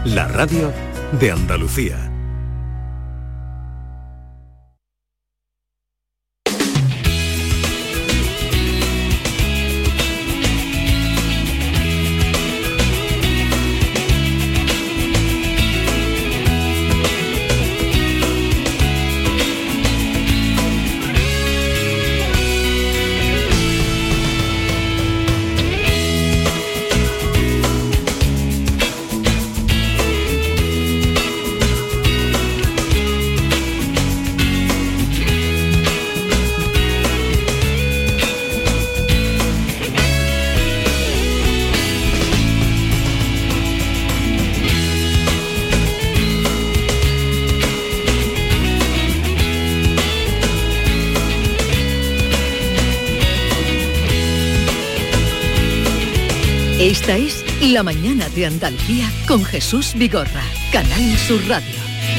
la radio de Andalucía. Esta es La Mañana de Andalucía con Jesús Vigorra, Canal Sur Radio.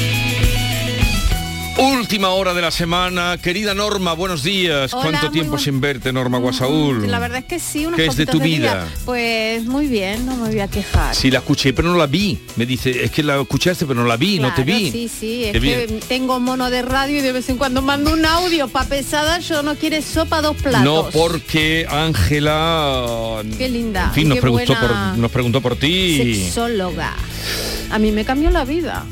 Última hora de la semana. Querida Norma, buenos días. Hola, ¿Cuánto tiempo sin verte, Norma Guasaúl? La verdad es que sí, unos ¿Qué es de tu vida? Pues muy bien, no me voy a quejar. Sí, la escuché, pero no la vi. Me dice, es que la escuchaste, pero no la vi, Claro, no te vi. Sí, es que tengo mono de radio y de vez en cuando mando un audio pa' pesada, yo no quiere sopa, 2 platos. No, porque Ángela... Qué linda. En fin, nos qué preguntó por ti. Sexóloga. A mí me cambió la vida.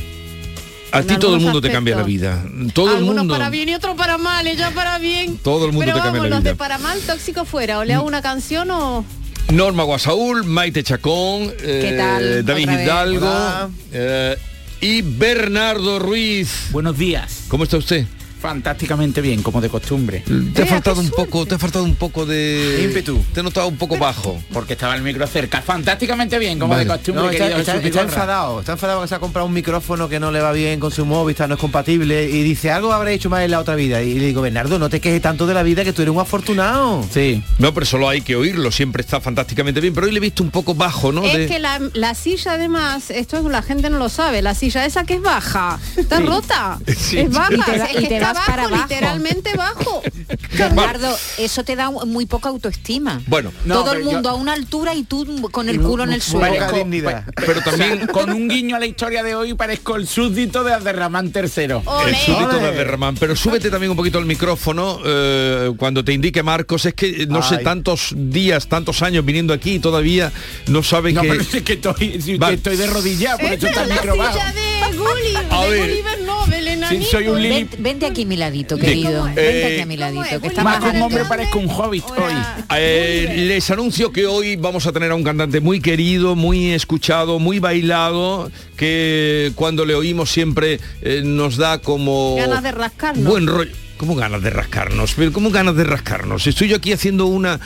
A ti todo el mundo te cambia la vida. Todo el mundo. Algunos para bien y otros para mal, ella para bien. Todo el mundo pero te cambia la los vida. de para mal, tóxico fuera. O le hago una canción o... Norma Guasaúl, Maite Chacón, ¿Qué tal? David Hidalgo y Bernardo Ruiz. Buenos días. ¿Cómo está usted? Fantásticamente bien, como de costumbre. Te ha faltado un poco de ímpetu. Te he notado un poco bajo. Porque estaba el micro cerca. Fantásticamente bien, como Vale. de costumbre. No, querido está Jesús Vigorra. enfadado que se ha comprado un micrófono que no le va bien con su Movistar, no es compatible, y dice, algo habrá hecho mal en la otra vida. Y le digo, Bernardo, no te quejes tanto de la vida, que tú eres un afortunado. Sí. No, pero solo hay que oírlo, siempre está fantásticamente bien, pero hoy le he visto un poco bajo, ¿no? Es que la silla además, esto la gente no lo sabe, la silla esa que es baja, está rota, Sí. es baja, Y es que te está vas para bajo, abajo. literalmente bajo. Bernardo, eso te da muy poca autoestima. Bueno, Todo el pero mundo a una altura y tú con el culo en el suelo. Poca dignidad. pero también Con un guiño a la historia de hoy parezco el súbdito de Abderramán III. el Olé. súbdito de Abderramán, pero súbete también un poquito el micrófono cuando te indique Marcos. Es que no sé, Ay. tantos días, tantos años viniendo aquí y todavía no sabe No, que... pero es que Va. estoy de rodillas, por eso Esta está es el la micro bajo. silla de Gulliver, A de ver. Gulliver no, del enanito. Sí, soy un Lili. Vente aquí a mi ladito, querido. ¿Cómo es? Vente aquí a mi ¿Cómo ladito, es? que está Más más que un hombre alto. parezco un hobbit hoy. Les anuncio que hoy vamos a tener a un cantante muy querido, muy escuchado, muy bailado, que cuando le oímos siempre nos da como... Ganas de rascarnos. Buen rollo. ¿Cómo ganas de rascarnos? Pero ¿cómo ganas de rascarnos? Estoy yo aquí haciendo una...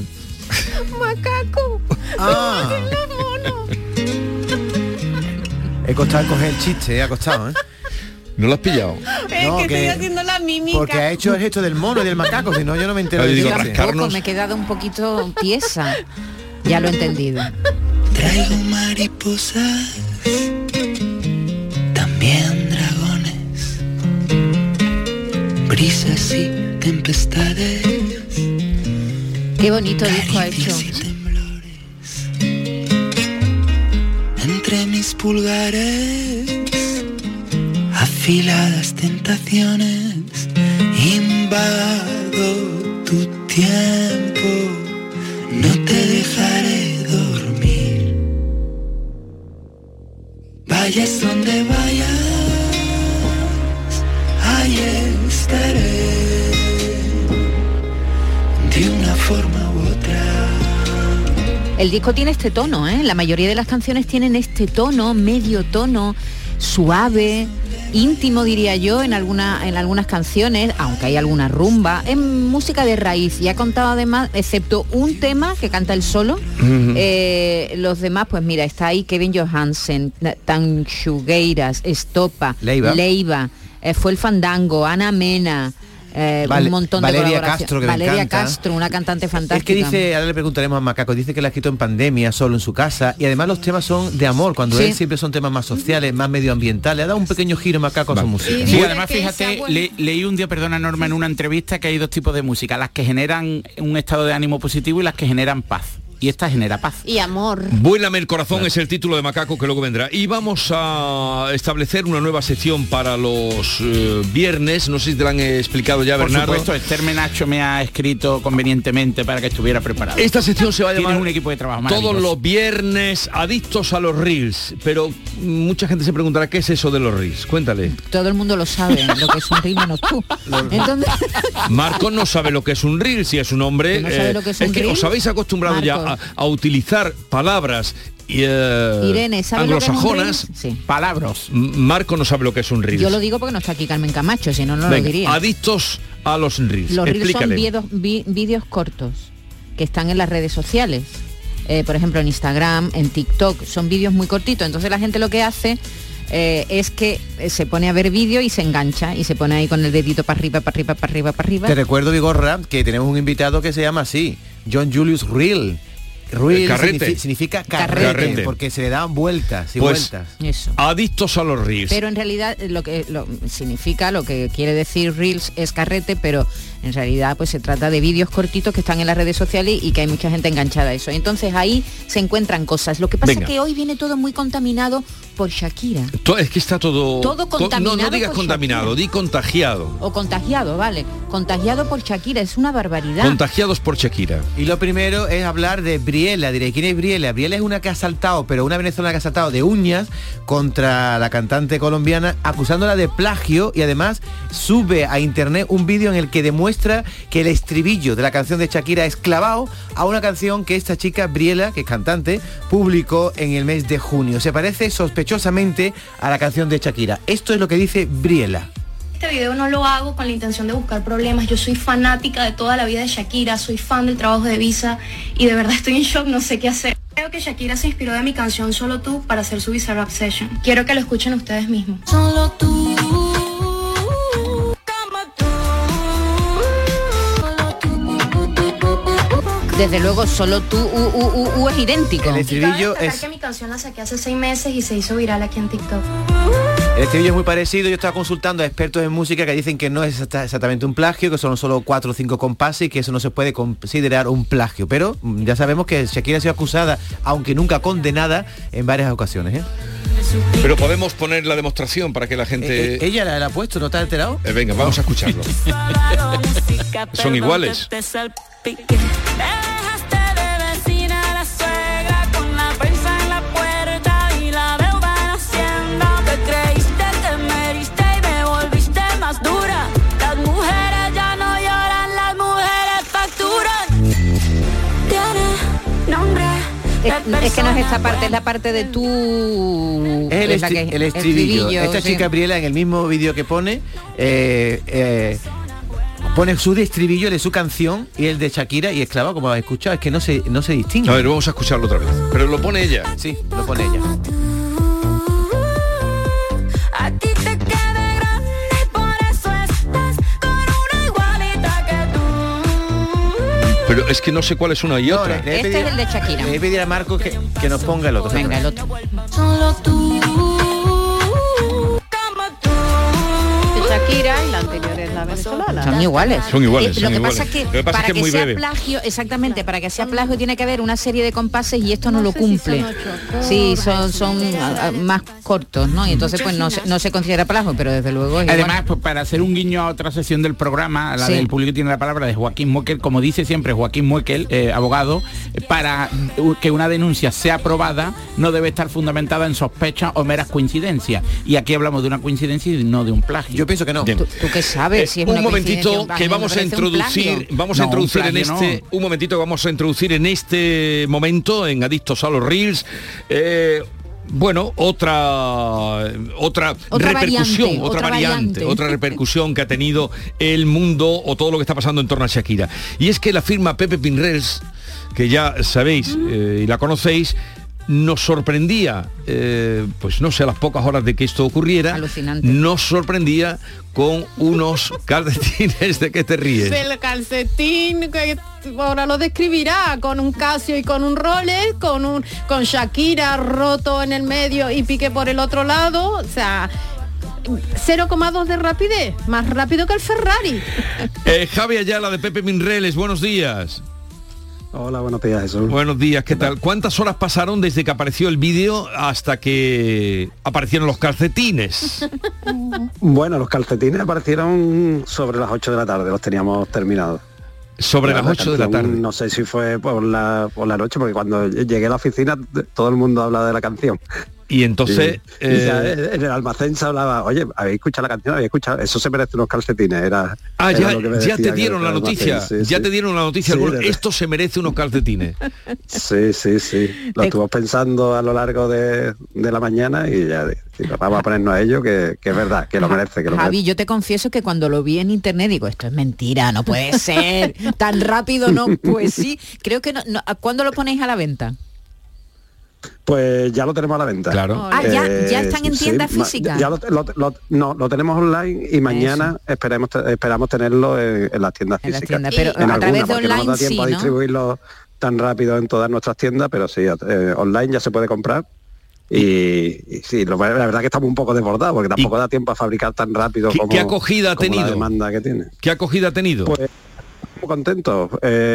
Macaco. Ah. He costado coger el chiste, ha costado, ¿eh? ¿No lo has pillado? Es No, que que- estoy haciendo la mímica. Porque ha hecho el gesto del mono y del macaco, si no yo no me entero Ahí de digo, chiste. rascar. Tampoco, me he quedado un poquito tiesa. Ya lo he entendido. Traigo mariposas, también dragones, brisas y tempestades, Qué bonito disco ha hecho. caricias y temblores. Entre mis pulgares, afiladas tentaciones, invado tu tiempo, no te dejaré dormir. Vayas donde vayas, ahí estaré, de una forma u otra. El disco tiene este tono, ¿eh? La mayoría de las canciones tienen este tono, medio tono, suave, íntimo diría yo en algunas canciones, aunque hay alguna rumba, es música de raíz. Y ha contado además, excepto un tema que canta él solo, los demás, pues mira, está ahí Kevin Johansen, Tanchugueiras, Estopa, Leiva. fue el Fandango, Ana Mena, un montón de Valeria colaboraciones. Castro, que me Valeria encanta. Castro, una cantante fantástica. Es que dice, ahora le preguntaremos a Macaco, dice que la ha escrito en pandemia, solo en su casa, y además los temas son de amor, cuando Sí. él siempre son temas más sociales, más medioambientales. Ha dado un pequeño giro Macaco a su música. Y Sí, dice además que fíjate, esa buena- leí un día, perdona Norma, en una entrevista que hay dos tipos de música, las que generan un estado de ánimo positivo y las que generan paz. y esta genera paz. Y amor. Vuélame el corazón es el título de Macaco que luego vendrá. Y vamos a establecer una nueva sección para los viernes. No sé si te la han explicado ya, Por Bernardo. supuesto, Esther Menacho me ha escrito convenientemente para que estuviera preparado. Esta sección se va a Tienes llamar un equipo de trabajo todos maravilloso. los viernes adictos a los reels. Pero mucha gente se preguntará qué es eso de los reels. Cuéntale. Todo el mundo lo sabe, lo que es un reel menos tú. Entonces, Marcos no sabe lo que es un reel, si es un hombre. ¿No sabe lo que es un que reel? os habéis acostumbrado ya Marcos. a utilizar palabras Irene, ¿sabe lo que es un anglosajonas. reel? Sí. Palabras. Marco no sabe lo que es un reel. Yo lo digo porque no está aquí Carmen Camacho, si no, no lo Venga, diría. adictos a los reels. Los reels son Explícale. vídeos cortos que están en las redes sociales. Por ejemplo, en Instagram, en TikTok, son vídeos muy cortitos. Entonces la gente lo que hace es que se pone a ver vídeo y se engancha y se pone ahí con el dedito para arriba, para arriba, para arriba, para arriba. Te recuerdo, Vigorra, que tenemos un invitado que se llama así, John Julius Reel. Reel Carrete. significa Carrete. carrete, porque se le dan vueltas y Pues, vueltas. Eso. Adictos a los reels. Pero en realidad lo que significa, lo que quiere decir reels es carrete, pero en realidad pues se trata de vídeos cortitos que están en las redes sociales y que hay mucha gente enganchada a eso. Entonces ahí se encuentran cosas. Lo que pasa Venga. es que hoy viene todo muy contaminado por Shakira. Es que está todo... Todo contaminado No digas por contaminado, Shakira. di contagiado. O contagiado, vale. Contagiado por Shakira, es una barbaridad. Contagiados por Shakira. Y lo primero es hablar de Briela. Diré, ¿quién es Briela? Briela es una que ha saltado, pero una venezolana que ha saltado de uñas contra la cantante colombiana, acusándola de plagio, y además sube a internet un vídeo en el que demuestra que el estribillo de la canción de Shakira es clavado a una canción que esta chica, Briela, que es cantante, publicó en el mes de junio. Se parece sospechosamente a la canción de Shakira. Esto es lo que dice Briela. Este video no lo hago con la intención de buscar problemas. Yo soy fanática de toda la vida de Shakira, soy fan del trabajo de Visa y de verdad estoy en shock, no sé qué hacer. Creo que Shakira se inspiró de mi canción Solo Tú para hacer su Bizarrap Session. Quiero que lo escuchen ustedes mismos. Solo tú. Desde luego, solo tú es idéntico. El estribillo Cabe destacar es... que mi canción la saqué hace 6 meses y se hizo viral aquí en TikTok. El estribillo es muy parecido. Yo estaba consultando a expertos en música que dicen que no es exactamente un plagio, que son solo 4 o 5 compases y que eso no se puede considerar un plagio. Pero ya sabemos que Shakira ha sido acusada, aunque nunca condenada, en varias ocasiones. Pero podemos poner la demostración para que la gente... Ella la ha puesto, ¿no está alterado? Venga, vamos a escucharlo. Son iguales. Es que no es esta parte, es la parte de tú. Es el estribillo. Esta sí. chica Briela, en el mismo vídeo que pone, pone su estribillo de su canción y el de Shakira, y es clavado, como has escuchado, es que no se distingue. A ver, vamos a escucharlo otra vez. Pero lo pone ella. Sí, lo pone ella. Pero es que no sé cuál es una y otra. Este es el de Shakira. Le voy a pedir a Marcos que nos ponga el otro. Venga, el otro. Solo tú. Shakira y la anterior es la venezolana. Son iguales. Son iguales, Lo son que iguales. pasa es que Lo que pasa es para que es que muy sea breve. plagio, exactamente, para que sea plagio tiene que haber una serie de compases y esto no lo sé si cumple. son 8 Sí, acordes, son más cortos, ¿no? Y entonces pues no se considera plagio, pero desde luego es Además, igual. pues, para hacer un guiño a otra sesión del programa, a la Sí. del público tiene la palabra de Joaquín Moekel, como dice siempre Joaquín Moekel, abogado, para que una denuncia sea aprobada no debe estar fundamentada en sospechas o meras coincidencias. Y aquí hablamos de una coincidencia y no de un plagio. Yo pienso que no. Bien. ¿Tú qué sabes? Si es Un una momentito coincidencia, que mí me vamos a parece un introducir, plagio. vamos a No, introducir un en plagio este, un momentito que vamos a introducir en este momento en Adictos a los Reels. Bueno, otra repercusión, variante, otra variante, variante. otra repercusión que ha tenido el mundo o todo lo que está pasando en torno a Shakira. Y es que la firma Pepe Pinrels, que ya sabéis y la conocéis, nos sorprendía, pues no sé, a las pocas horas de que esto ocurriera, Alucinante. nos sorprendía con unos calcetines. ¿De qué te ríes? El calcetín que ahora lo describirá con un Casio y con un Rolex, con Shakira roto en el medio y Piqué por el otro lado, o sea, 0,2 de rapidez, más rápido que el Ferrari. Javi Ayala de Pepe Pinrels, buenos días. Hola, buenos días, Jesús. Buenos días, ¿qué tal? ¿Cuántas horas pasaron desde que apareció el vídeo hasta que aparecieron los calcetines? Bueno, los calcetines aparecieron sobre las 8 de la tarde, los teníamos terminados. Sobre las 8 de la tarde. No sé si fue por la noche, porque cuando llegué a la oficina todo el mundo hablaba de la canción. Y entonces... Y ya en el almacén se hablaba, oye, ¿habéis escuchado la canción? ¿Habéis escuchado? Eso se merece unos calcetines. Era ya te dieron la noticia. Te dieron la noticia. Sí, esto se merece unos calcetines. Sí. Lo estuvimos pensando a lo largo de la mañana y ya vamos a ponernos a ello, que es verdad, que lo merece. Javi, yo te confieso que cuando lo vi en internet digo, esto es mentira, no puede ser. Tan rápido no, pues sí. Creo que no. ¿Cuándo lo ponéis a la venta? Pues ya lo tenemos a la venta. Claro. Ya están en tiendas físicas. Ya lo tenemos online y mañana esperamos tenerlo en las tiendas físicas. Pero a través de online no nos da tiempo a distribuirlo tan rápido en todas nuestras tiendas, pero sí, online ya se puede comprar. Y sí, la verdad que estamos un poco desbordados porque tampoco da tiempo a fabricar tan rápido como ¿Qué acogida ha tenido? La demanda que tiene. ¿Qué acogida ha tenido? Pues muy contentos.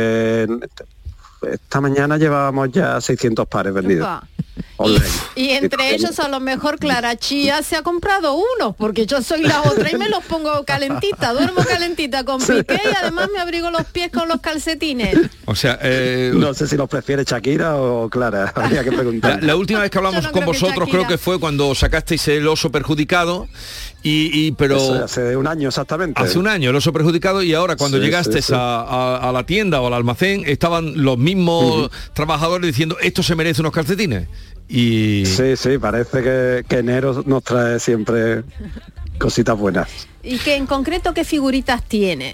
Esta mañana llevábamos ya 600 pares vendidos. Online. Y entre ellos a lo mejor Clara Chía se ha comprado uno, porque yo soy la otra y me los pongo calentita, duermo calentita con Piqué y además me abrigo los pies con los calcetines. O sea, no sé si los prefiere Shakira o Clara, habría que preguntar. La última vez que hablamos con vosotros creo que fue cuando sacasteis el oso perjudicado. Pero eso hace un año exactamente. Hace un año el oso perjudicado y ahora cuando llegaste a la tienda o al almacén estaban los mismos trabajadores diciendo esto se merece unos calcetines. Y sí, parece que enero nos trae siempre cositas buenas. ¿Y que en concreto qué figuritas tiene?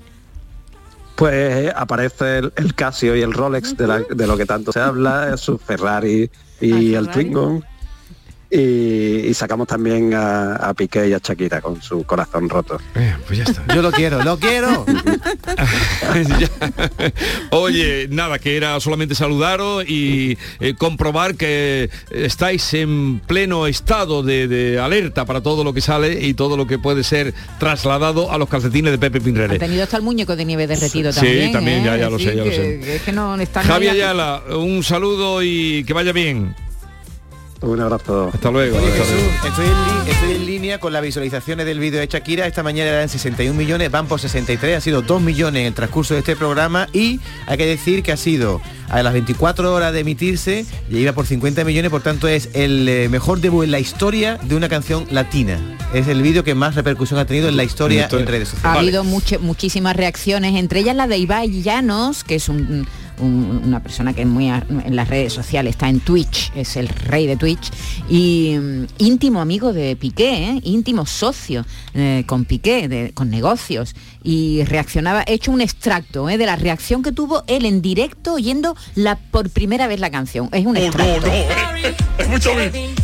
Pues aparece el Casio y el Rolex de lo que tanto se habla, su Ferrari y el Twingo. Y sacamos también a Piqué y a Shakira con su corazón roto. Pues ya está. Yo lo quiero. Oye, nada, que era solamente saludaros y comprobar que estáis en pleno estado de alerta para todo lo que sale y todo lo que puede ser trasladado a los calcetines de Pepe Pinrele. Ha tenido hasta el muñeco de nieve derretido también. Sí, también, ya lo sé. Es que no están. Javi Ayala, un saludo y que vaya bien. Un abrazo. Hasta luego. Oye, Jesús, estoy en línea con las visualizaciones del vídeo de Shakira. Esta mañana eran 61 millones, van por 63, ha sido 2 millones en el transcurso de este programa y hay que decir que ha sido a las 24 horas de emitirse, ya iba por 50 millones, por tanto es el mejor debut en la historia de una canción latina. Es el vídeo que más repercusión ha tenido en la historia en redes sociales. Ha habido muchísimas reacciones, entre ellas la de Ibai Llanos, que es una persona que es muy en las redes sociales, está en Twitch, es el rey de Twitch y íntimo amigo de Piqué, íntimo socio con Piqué, con negocios, y reaccionaba, he hecho un extracto de la reacción que tuvo él en directo oyendo por primera vez la canción. Es un extracto. Es mucho bien.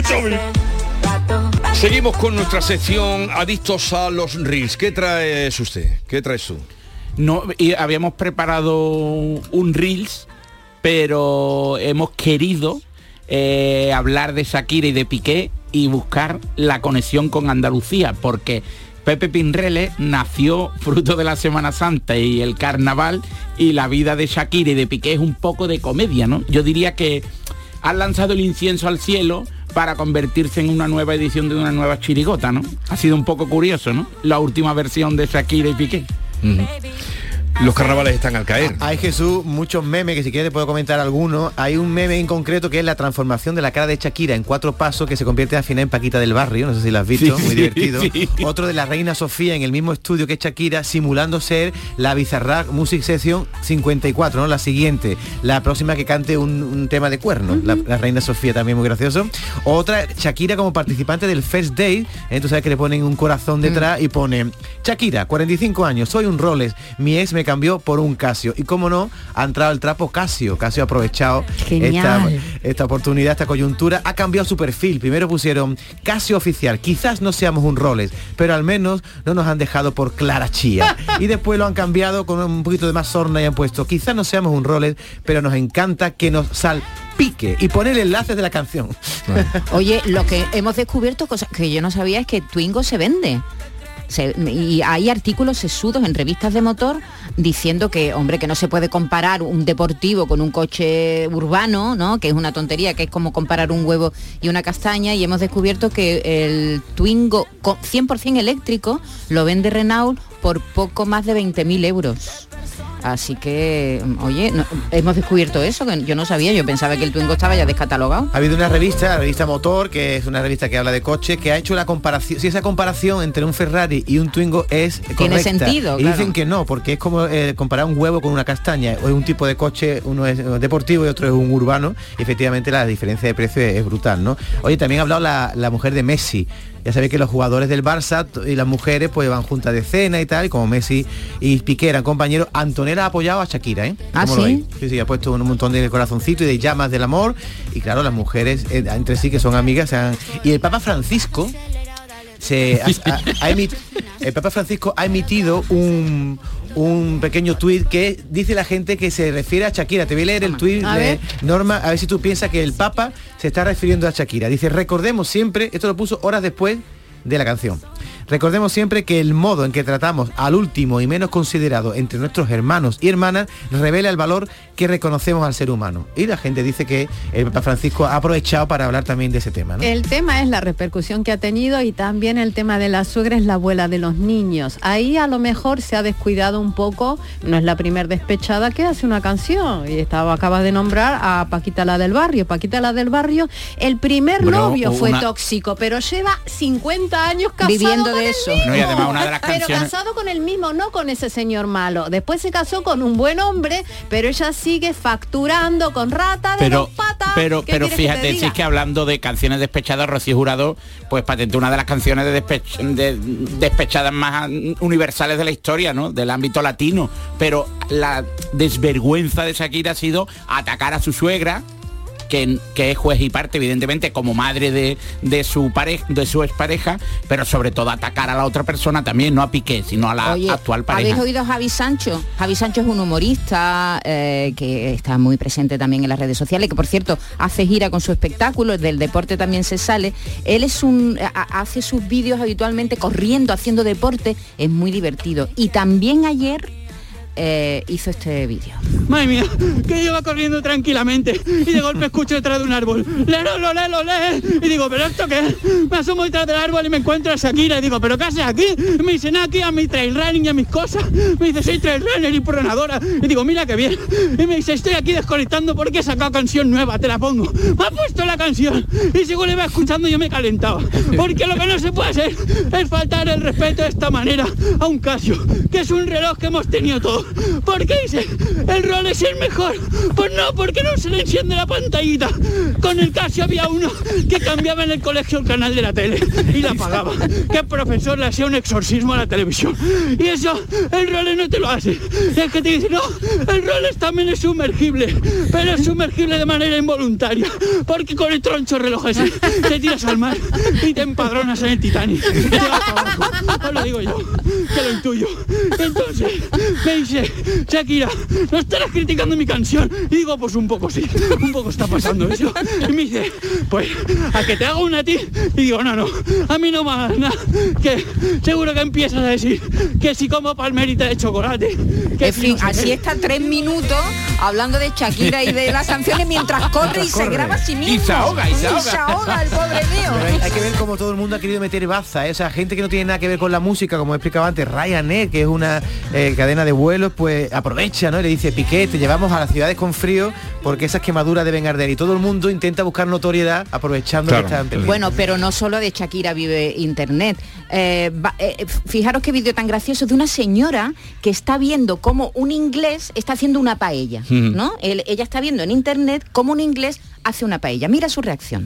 Seguimos con nuestra sección Adictos a los Reels. ¿Qué traes usted? ¿Qué traes tú? No, y habíamos preparado un Reels, pero hemos querido hablar de Shakira y de Piqué y buscar la conexión con Andalucía, porque Pepe Pinrele nació fruto de la Semana Santa y el carnaval, y la vida de Shakira y de Piqué es un poco de comedia, ¿no? Yo diría que han lanzado el incienso al cielo para convertirse en una nueva edición de una nueva chirigota, ¿no? Ha sido un poco curioso, ¿no? La última versión de Shakira y Piqué. Los carnavales están al caer. Hay, Jesús, muchos memes, que si quieres te puedo comentar algunos. Hay un meme en concreto que es la transformación de la cara de Shakira en 4 pasos, que se convierte al final en Paquita del Barrio, no sé si la has visto, muy divertido. Sí. Otro de la Reina Sofía en el mismo estudio que Shakira, simulando ser la Bizarrap Music Session 54, ¿no? La siguiente, la próxima que cante un tema de cuernos, la Reina Sofía, también muy gracioso. Otra, Shakira como participante del First Date, tú sabes que le ponen un corazón detrás y pone: Shakira, 45 años, soy un Rolex, mi ex me cambió por un Casio. Y cómo no, ha entrado el trapo Casio. Casio ha aprovechado esta oportunidad, esta coyuntura, ha cambiado su perfil. Primero pusieron Casio oficial, quizás no seamos un Rolex, pero al menos no nos han dejado por Clara Chía. Y después lo han cambiado con un poquito de más sorna y han puesto: quizás no seamos un Rolex, pero nos encanta que nos salpique, y poner el enlace de la canción. Oye, lo que hemos descubierto, cosas que yo no sabía, es que Twingo se vende. y hay artículos sesudos en revistas de motor diciendo que, hombre, que no se puede comparar un deportivo con un coche urbano, ¿no? Que es una tontería, que es como comparar un huevo y una castaña, y hemos descubierto que el Twingo 100% eléctrico lo vende Renault por poco más de 20.000 euros. Así que, oye, hemos descubierto eso, que yo no sabía, yo pensaba que el Twingo estaba ya descatalogado. Ha habido una revista, la revista Motor, que es una revista que habla de coche, que ha hecho la comparación, si esa comparación entre un Ferrari y un Twingo es correcta. Tiene sentido, y claro. dicen que no, porque es como comparar un huevo con una castaña, o es un tipo de coche, uno es deportivo y otro es un urbano, y efectivamente la diferencia de precio es brutal, ¿no? Oye, también ha hablado la mujer de Messi. Ya sabéis que los jugadores del Barça y las mujeres pues van juntas de cena y tal, y como Messi y Piqué eran compañeros, Antonella ha apoyado a Shakira, ¿eh? ¿Ah, ¿Cómo sí? lo veis? Sí, ha puesto un montón de corazoncitos y de llamas del amor, y claro, las mujeres entre sí, que son amigas, y el Papa Francisco el Papa Francisco ha emitido un pequeño tuit que dice la gente que se refiere a Shakira. Te voy a leer el tuit de Norma, a ver si tú piensas que el Papa se está refiriendo a Shakira. Dice: recordemos siempre, esto lo puso horas después de la canción, recordemos siempre que el modo en que tratamos al último y menos considerado entre nuestros hermanos y hermanas revela el valor que reconocemos al ser humano. Y la gente dice que el Papa Francisco ha aprovechado para hablar también de ese tema, ¿no? El tema es la repercusión que ha tenido, y también el tema de la suegra es la abuela de los niños. Ahí a lo mejor se ha descuidado un poco, no es la primer despechada que hace una canción, y acaba de nombrar a Paquita la del Barrio. Paquita la del Barrio, el primer novio fue tóxico, pero lleva 50 años casado viviendo con de el eso. mismo. No, y además una de las Pero canciones... casado con el mismo, no con ese señor malo. Después se casó con un buen hombre, pero ella sigue facturando con rata de dos patas. Pero fíjate, si es que hablando de canciones despechadas, Rocío Jurado pues patentó una de las canciones de despechadas más universales de la historia, ¿no? Del ámbito latino. Pero la desvergüenza de Shakira ha sido atacar a su suegra, que es juez y parte, evidentemente, como madre de su expareja, pero sobre todo atacar a la otra persona también, no a Piqué, sino a la actual pareja. ¿Habéis oído a Javi Sancho? Javi Sancho es un humorista que está muy presente también en las redes sociales, que por cierto hace gira con su espectáculo, del deporte también se sale. Él hace sus vídeos habitualmente corriendo, haciendo deporte, es muy divertido. Y también ayer hizo este vídeo. Madre mía, que yo iba corriendo tranquilamente y de golpe escucho detrás de un árbol: ¡Lele! Y digo: ¿pero esto qué es? Me asomo detrás del árbol y me encuentro a Shakira y digo: ¿pero qué haces aquí? Me dicen: aquí a mi trail running y a mis cosas. Me dice: soy trail runner y pronadora. Y digo: mira qué bien. Y me dice: estoy aquí desconectando porque he sacado canción nueva, te la pongo. Me ha puesto la canción y según le iba escuchando yo me calentaba, porque lo que no se puede hacer es faltar el respeto de esta manera a un Casio, que es un reloj que hemos tenido todos. ¿Por qué dice el Rolex es el mejor? Pues no, porque no se le enciende la pantallita. Con el Casio había uno que cambiaba en el colegio el canal de la tele y la apagaba, que el profesor le hacía un exorcismo a la televisión, y eso el Rolex no te lo hace. Y es que te dice: no, el Rolex también es sumergible, pero es sumergible de manera involuntaria, porque con el troncho reloj ese te tiras al mar y te empadronas en el Titanic. Os lo digo yo, que lo intuyo. Entonces me dice: Shakira, ¿no estarás criticando mi canción? Y digo: pues un poco sí, un poco está pasando eso. Y me dice: pues a que te hago una a ti. Y digo: no, a mí no me hagas nada, que seguro que empiezas a decir que si como palmerita de chocolate. Que en fin, así está 3 minutos hablando de Shakira y de las canciones mientras corre y se graba a sí mismo. Y se ahoga el pobre mío. Hay que ver cómo todo el mundo ha querido meter baza, ¿eh? O sea, gente que no tiene nada que ver con la música, como explicaba antes, Ryanair, que es una cadena de vuelos, pues aprovecha, ¿no? Y le dice: Piqué, te llevamos a las ciudades con frío porque esas quemaduras deben arder. Y todo el mundo intenta buscar notoriedad aprovechando que están perdiendo. Bueno, pero no solo de Shakira vive internet. Fijaros qué vídeo tan gracioso de una señora que está viendo cómo un inglés está haciendo una paella, ¿no? Ella está viendo en internet cómo un inglés hace una paella. Mira su reacción.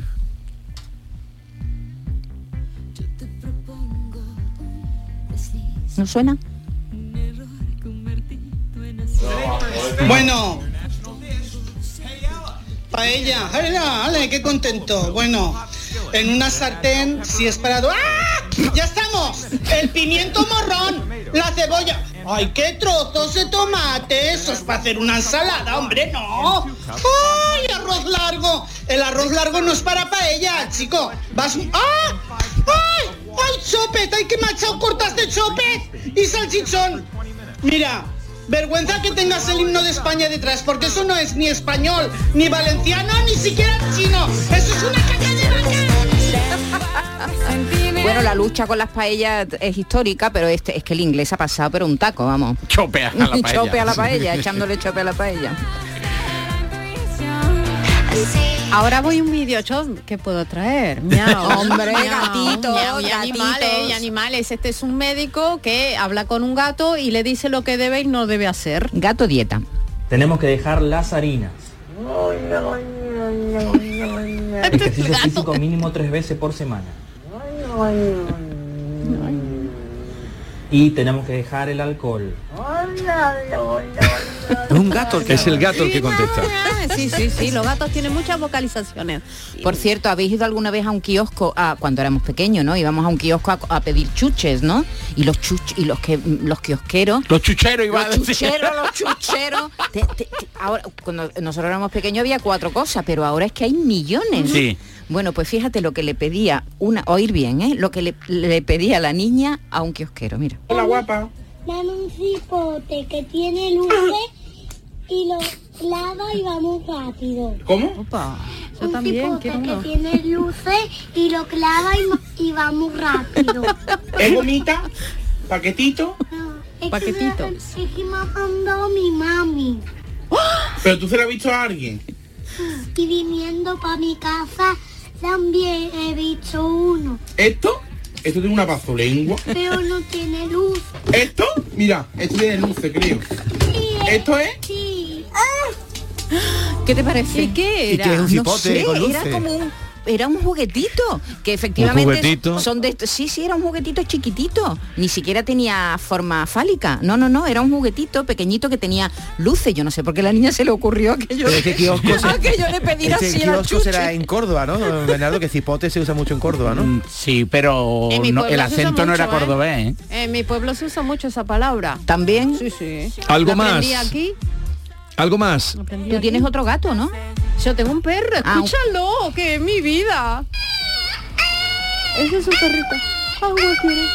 ¿No suena? Bueno, paella, ¡ale, qué contento! Bueno, en una sartén, si es para... ¡Ah! ¡Ya estamos! El pimiento morrón, la cebolla... ¡Ay, qué trozos de tomate! Eso es para hacer una ensalada, hombre, no. ¡Ay, arroz largo! El arroz largo no es para paella, chico. Vas... ¡Ah! ¡Ay! ¡Ay, los chopes! ¡Ay, qué machado cortaste chopes y salchichón! Mira, vergüenza que tengas el himno de España detrás, porque eso no es ni español, ni valenciano, ni siquiera chino. ¡Eso es una caca de vaca! Bueno, la lucha con las paellas es histórica, pero es que el inglés ha pasado, pero un taco, vamos. Chope a la paella. Chope a la paella, echándole chope a la paella. Ahora voy un video que puedo traer. Miau, hombre, miau, gatito, miau, y gatitos. animales. Este es un médico que habla con un gato y le dice lo que debe y no debe hacer. Gato dieta. Tenemos que dejar las harinas. Ejercicio físico mínimo 3 veces por semana. Y tenemos que dejar el alcohol. Es un gato. Es el gato el que contesta. Sí, los gatos tienen muchas vocalizaciones. Por cierto, ¿habéis ido alguna vez a un kiosco cuando éramos pequeños, ¿no? Íbamos a un kiosco a pedir chuches, ¿no? Y los kiosqueros. Los chucheros, iba a decir. Los chucheros. Ahora, cuando nosotros éramos pequeños había 4 cosas, pero ahora es que hay millones. Sí. Bueno, pues fíjate lo que le pedía oír bien, ¿eh? Lo que le pedía la niña a un kiosquero, mira. Hola, guapa. Dame un cipote que tiene luces y lo clava y va muy rápido. ¿Cómo? Opa, yo un también cipote quiero que uno. tiene luces y lo clava y va muy rápido. ¿Es bonita? ¿Paquetito? Es Paquetito. Es que me ha mandado mi mami. ¿Pero tú se la has visto a alguien? Y viniendo para mi casa también he visto uno. ¿Esto? Esto tiene una pazolengua. Pero no tiene luz. ¿Esto? Mira, esto tiene luces, creo. ¿Esto es? Sí. ¿Qué te parece? ¿Qué ¿Y era? qué es un No cipote sé, con luces? era como era un juguetito, que efectivamente ¿Un juguetito? son de sí, era un juguetito chiquitito, ni siquiera tenía forma fálica. No, era un juguetito pequeñito que tenía luces. Yo no sé por qué a la niña se le ocurrió que yo Pero este kiosco que yo le pediera este así a la kiosco chuche. será en Córdoba, ¿no? Bernardo, que cipote se usa mucho en Córdoba, ¿no? Sí, pero En mi no, pueblo el se usa acento no mucho, era cordobés, ¿eh? En mi pueblo se usa mucho esa palabra. También. Sí. Algo La más. aprendí aquí. Algo más. Tú tienes otro gato, ¿no? Yo tengo un perro, escúchalo, que es mi vida. Ese es un perrito. Agua quiere.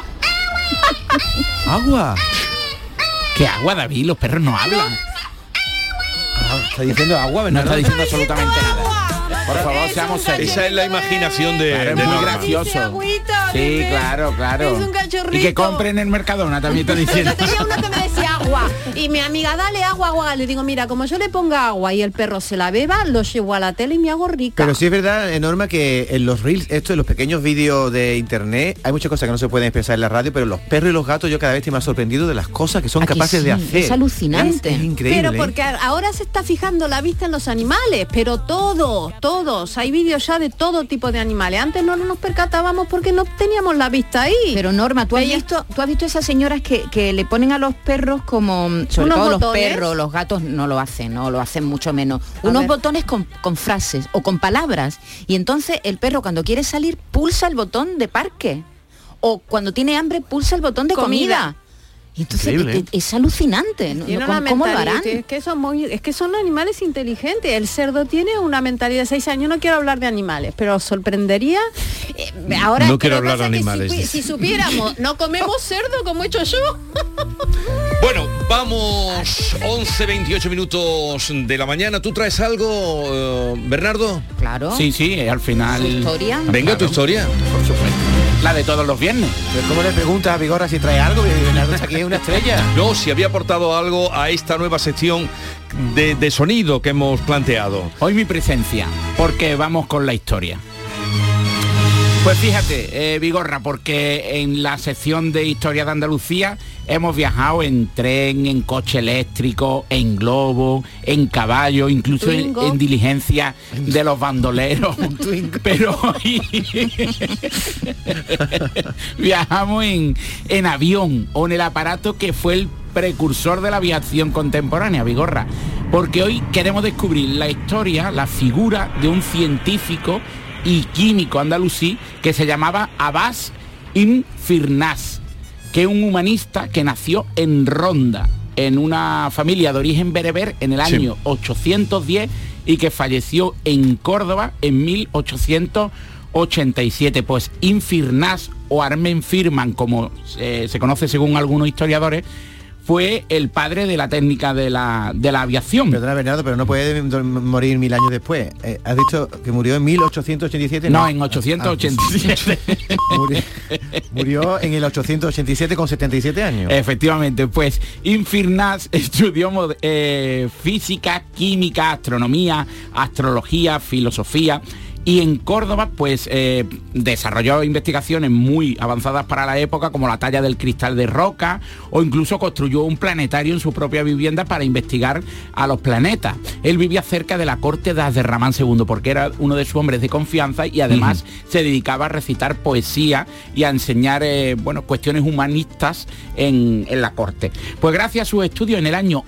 Agua. ¿Qué agua, David? Los perros no hablan. Está diciendo agua, No Bernardo. está diciendo absolutamente nada. Por favor, seamos serios. Esa es la imaginación de, Claro, es de muy Norma. gracioso. Agüita, Sí, dice. claro. Es un cachorrito. Y que compren en Mercadona, también está diciendo. Yo tenía uno que me decía agua y mi amiga, dale agua. Le digo, mira, como yo le ponga agua y el perro se la beba, lo llevo a la tele y me hago rica. Pero sí es verdad, Norma, que en los reels, en los pequeños vídeos de internet, hay muchas cosas que no se pueden expresar en la radio, pero los perros y los gatos yo cada vez estoy más sorprendido de las cosas que son ¿A que capaces de sí? hacer. Es alucinante. Es increíble. Pero porque ahora se está fijando la vista en los animales, pero todos. Hay vídeos ya de todo tipo de animales. Antes no nos percatábamos porque no teníamos la vista ahí. Pero Norma, ¿tú has Ella- visto esas señoras que le ponen a los perros como, sobre Unos todo los botones. perros, los gatos no lo hacen mucho menos, A unos ver. botones con frases o con palabras, y entonces el perro cuando quiere salir pulsa el botón de parque, o cuando tiene hambre pulsa el botón de comida. Y entonces Increíble, ¿eh? es alucinante, ¿no? Tiene una ¿Cómo lo harán? mentalidad, es que son animales inteligentes. El cerdo tiene una mentalidad de 6 años. No quiero hablar de animales, pero os sorprendería. Ahora No quiero lo que hablar de pasa es que animales, dice. si supiéramos, no comemos cerdo como he hecho yo. Bueno, vamos, 11:28 minutos de la mañana. ¿Tú traes algo, Bernardo? Claro. Sí, al final. Su historia. Venga, tu historia. Por supuesto. La de todos los viernes. Pero ¿cómo le preguntas a Vigorra si trae algo? Bernardo está aquí, es una estrella. No, si había aportado algo a esta nueva sección de sonido que hemos planteado. Hoy mi presencia, porque vamos con la historia. Pues fíjate, Vigorra, porque en la sección de Historia de Andalucía hemos viajado en tren, en coche eléctrico, en globo, en caballo, incluso en diligencia de los bandoleros. Pero hoy viajamos en avión o en el aparato que fue el precursor de la aviación contemporánea, Vigorra, porque hoy queremos descubrir la historia, la figura de un científico y químico andalusí que se llamaba Abbas ibn Firnas, que es un humanista que nació en Ronda, en una familia de origen bereber en el año 810 y que falleció en Córdoba en 1887. Pues Ibn Firnas o Armen Firman, como se conoce según algunos historiadores, fue el padre de la técnica de la aviación. Perdona, Bernardo, pero no puede morir 1000 años después. ¿Has dicho que murió en 1887? No, en 887. Murió en el 887 con 77 años. Efectivamente, pues Infirnas estudió física, química, astronomía, astrología, filosofía. Y en Córdoba, pues, desarrolló investigaciones muy avanzadas para la época, como la talla del cristal de roca, o incluso construyó un planetario en su propia vivienda para investigar a los planetas. Él vivía cerca de la corte de Abderramán II, porque era uno de sus hombres de confianza y además se dedicaba a recitar poesía y a enseñar, cuestiones humanistas en la corte. Pues gracias a sus estudios, en el año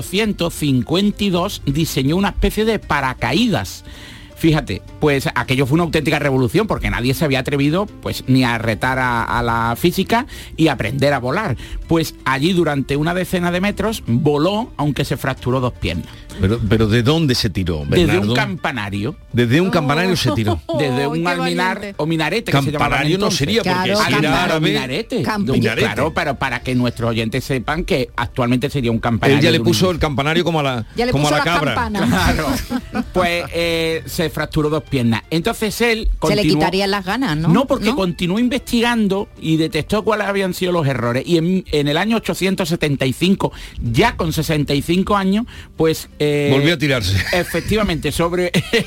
852 diseñó una especie de paracaídas. Fíjate, pues aquello fue una auténtica revolución porque nadie se había atrevido pues ni a retar a la física y aprender a volar. Pues allí durante una decena de metros voló, aunque se fracturó 2 piernas. Pero ¿de dónde se tiró, Bernardo? Desde un campanario. Desde un campanario se tiró. Desde un alminar o minarete. Campanario no sería, porque si era árabe. Minarete. Claro, pero para que nuestros oyentes sepan que actualmente sería un campanario. Él ya le puso el campanario como a la cabra. Claro. Pues se fracturó 2 piernas. Entonces él continuó, se le quitarían las ganas, ¿no? No, porque continuó investigando y detectó cuáles habían sido los errores. Y en el año 875, ya con 65 años, pues volvió a tirarse. Efectivamente, sobre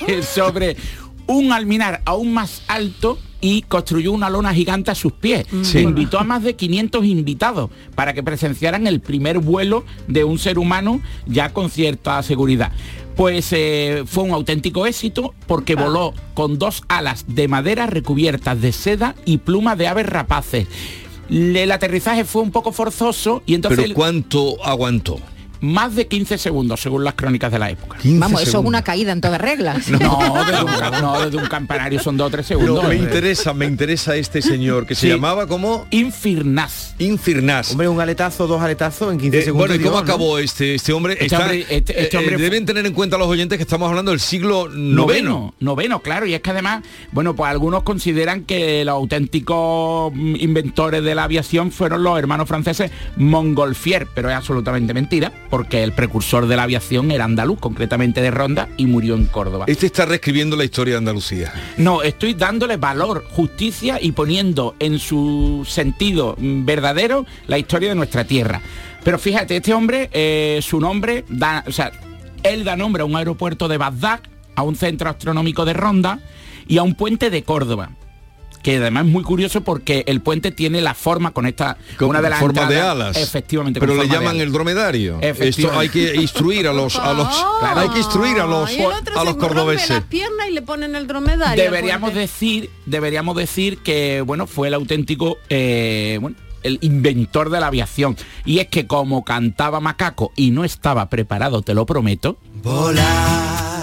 un alminar aún más alto y construyó una lona gigante a sus pies. Sí. Invitó a más de 500 invitados para que presenciaran el primer vuelo de un ser humano ya con cierta seguridad. Pues fue un auténtico éxito porque voló con 2 alas de madera recubiertas de seda y plumas de aves rapaces. El aterrizaje fue un poco forzoso y entonces... ¿Pero cuánto aguantó? Más de 15 segundos, según las crónicas de la época. Vamos, eso es una caída en toda regla. No, desde un campanario son 2 o 3 segundos. No, me interesa este señor, que se llamaba como... Infirnas. Hombre, un aletazo, 2 aletazos en 15 segundos. Bueno, ¿y cómo acabó este hombre? Este hombre deben tener en cuenta los oyentes que estamos hablando del siglo IX. Noveno, claro. Y es que además, pues algunos consideran que los auténticos inventores de la aviación fueron los hermanos franceses Montgolfier, pero es absolutamente mentira, porque el precursor de la aviación era andaluz, concretamente de Ronda, y murió en Córdoba. Este está reescribiendo la historia de Andalucía. No, estoy dándole valor, justicia y poniendo en su sentido verdadero la historia de nuestra tierra. Pero fíjate, este hombre, su nombre él da nombre a un aeropuerto de Bagdad, a un centro astronómico de Ronda y a un puente de Córdoba, que además es muy curioso porque el puente tiene la forma con una de las forma entradas, de alas. Efectivamente. Pero le llaman el dromedario. Esto hay que instruir a los hay que instruir a los cordobeses. Las piernas y le ponen el dromedario. Deberíamos decir que fue el auténtico el inventor de la aviación. Y es que como cantaba Macaco y no estaba preparado, te lo prometo. Volar,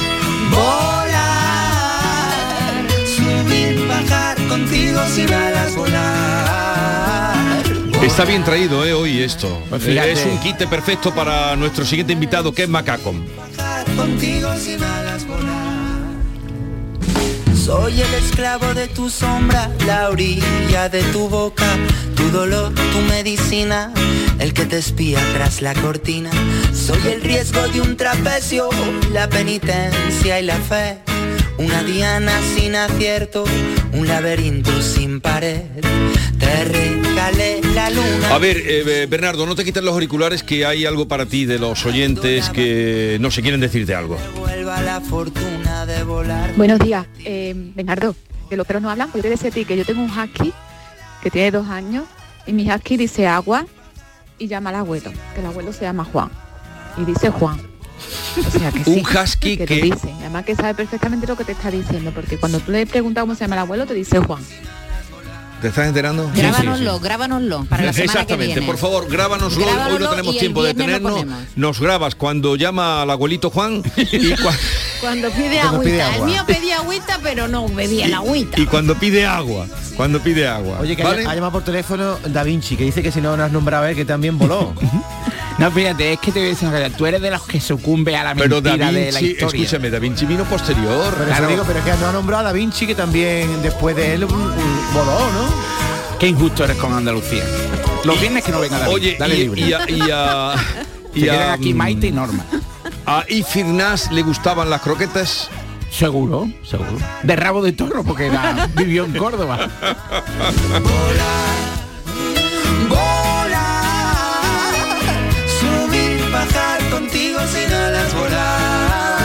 subir, bajar contigo sin alas, volar. Está bien traído hoy esto. Pues es un kit perfecto para nuestro siguiente invitado, que es Macaco. Bajar contigo sin alas, volar. Soy el esclavo de tu sombra, la orilla de tu boca, tu dolor, tu medicina, el que te espía tras la cortina. Soy el riesgo de un trapecio, la penitencia y la fe, una diana sin acierto, un laberinto sin pared. Te regalé la luna. A ver, Bernardo, no te quites los auriculares, que hay algo para ti de los oyentes que no se quieren decirte algo. La fortuna de volar. Buenos días, Bernardo, que los perros no hablan. Pues yo te decía a ti que yo tengo un husky que tiene 2 años y mi husky dice agua y llama al abuelo, que el abuelo se llama Juan y dice Juan. O sea que un husky que te dice, además que sabe perfectamente lo que te está diciendo, porque cuando tú le preguntas cómo se llama el abuelo te dice Juan. ¿Te estás enterando? Grábanos para la semana exactamente, que viene. Por favor, grábanoslo. Hoy no tenemos tiempo de tenernos. Nos grabas cuando llama al abuelito Juan y cuando pide agüita. El mío pedía agüita, pero no bebía la agüita. Y cuando pide agua. Oye, que ¿vale? ha llamado por teléfono Da Vinci, que dice que si no has nombrado a él, que también voló. No, fíjate, es que te voy a decir una cosa, tú eres de los que sucumbe a la mentira Da Vinci, de la historia. Escúchame, Da Vinci vino posterior. Pero, claro. Pero es que no ha nombrado a Da Vinci, que también después de él voló, ¿no? Qué injusto eres con Andalucía. Los viernes que no venga David. Oye, dale libre. Se quedan aquí Maite y Norma. ¿A Ifirnas le gustaban las croquetas? Seguro. De rabo de toro, porque vivió en Córdoba. Subir, bajar contigo sin alas, volar.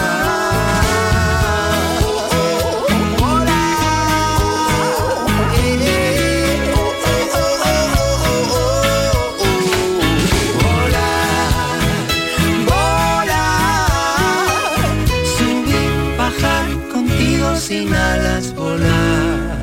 Sin alas, volar.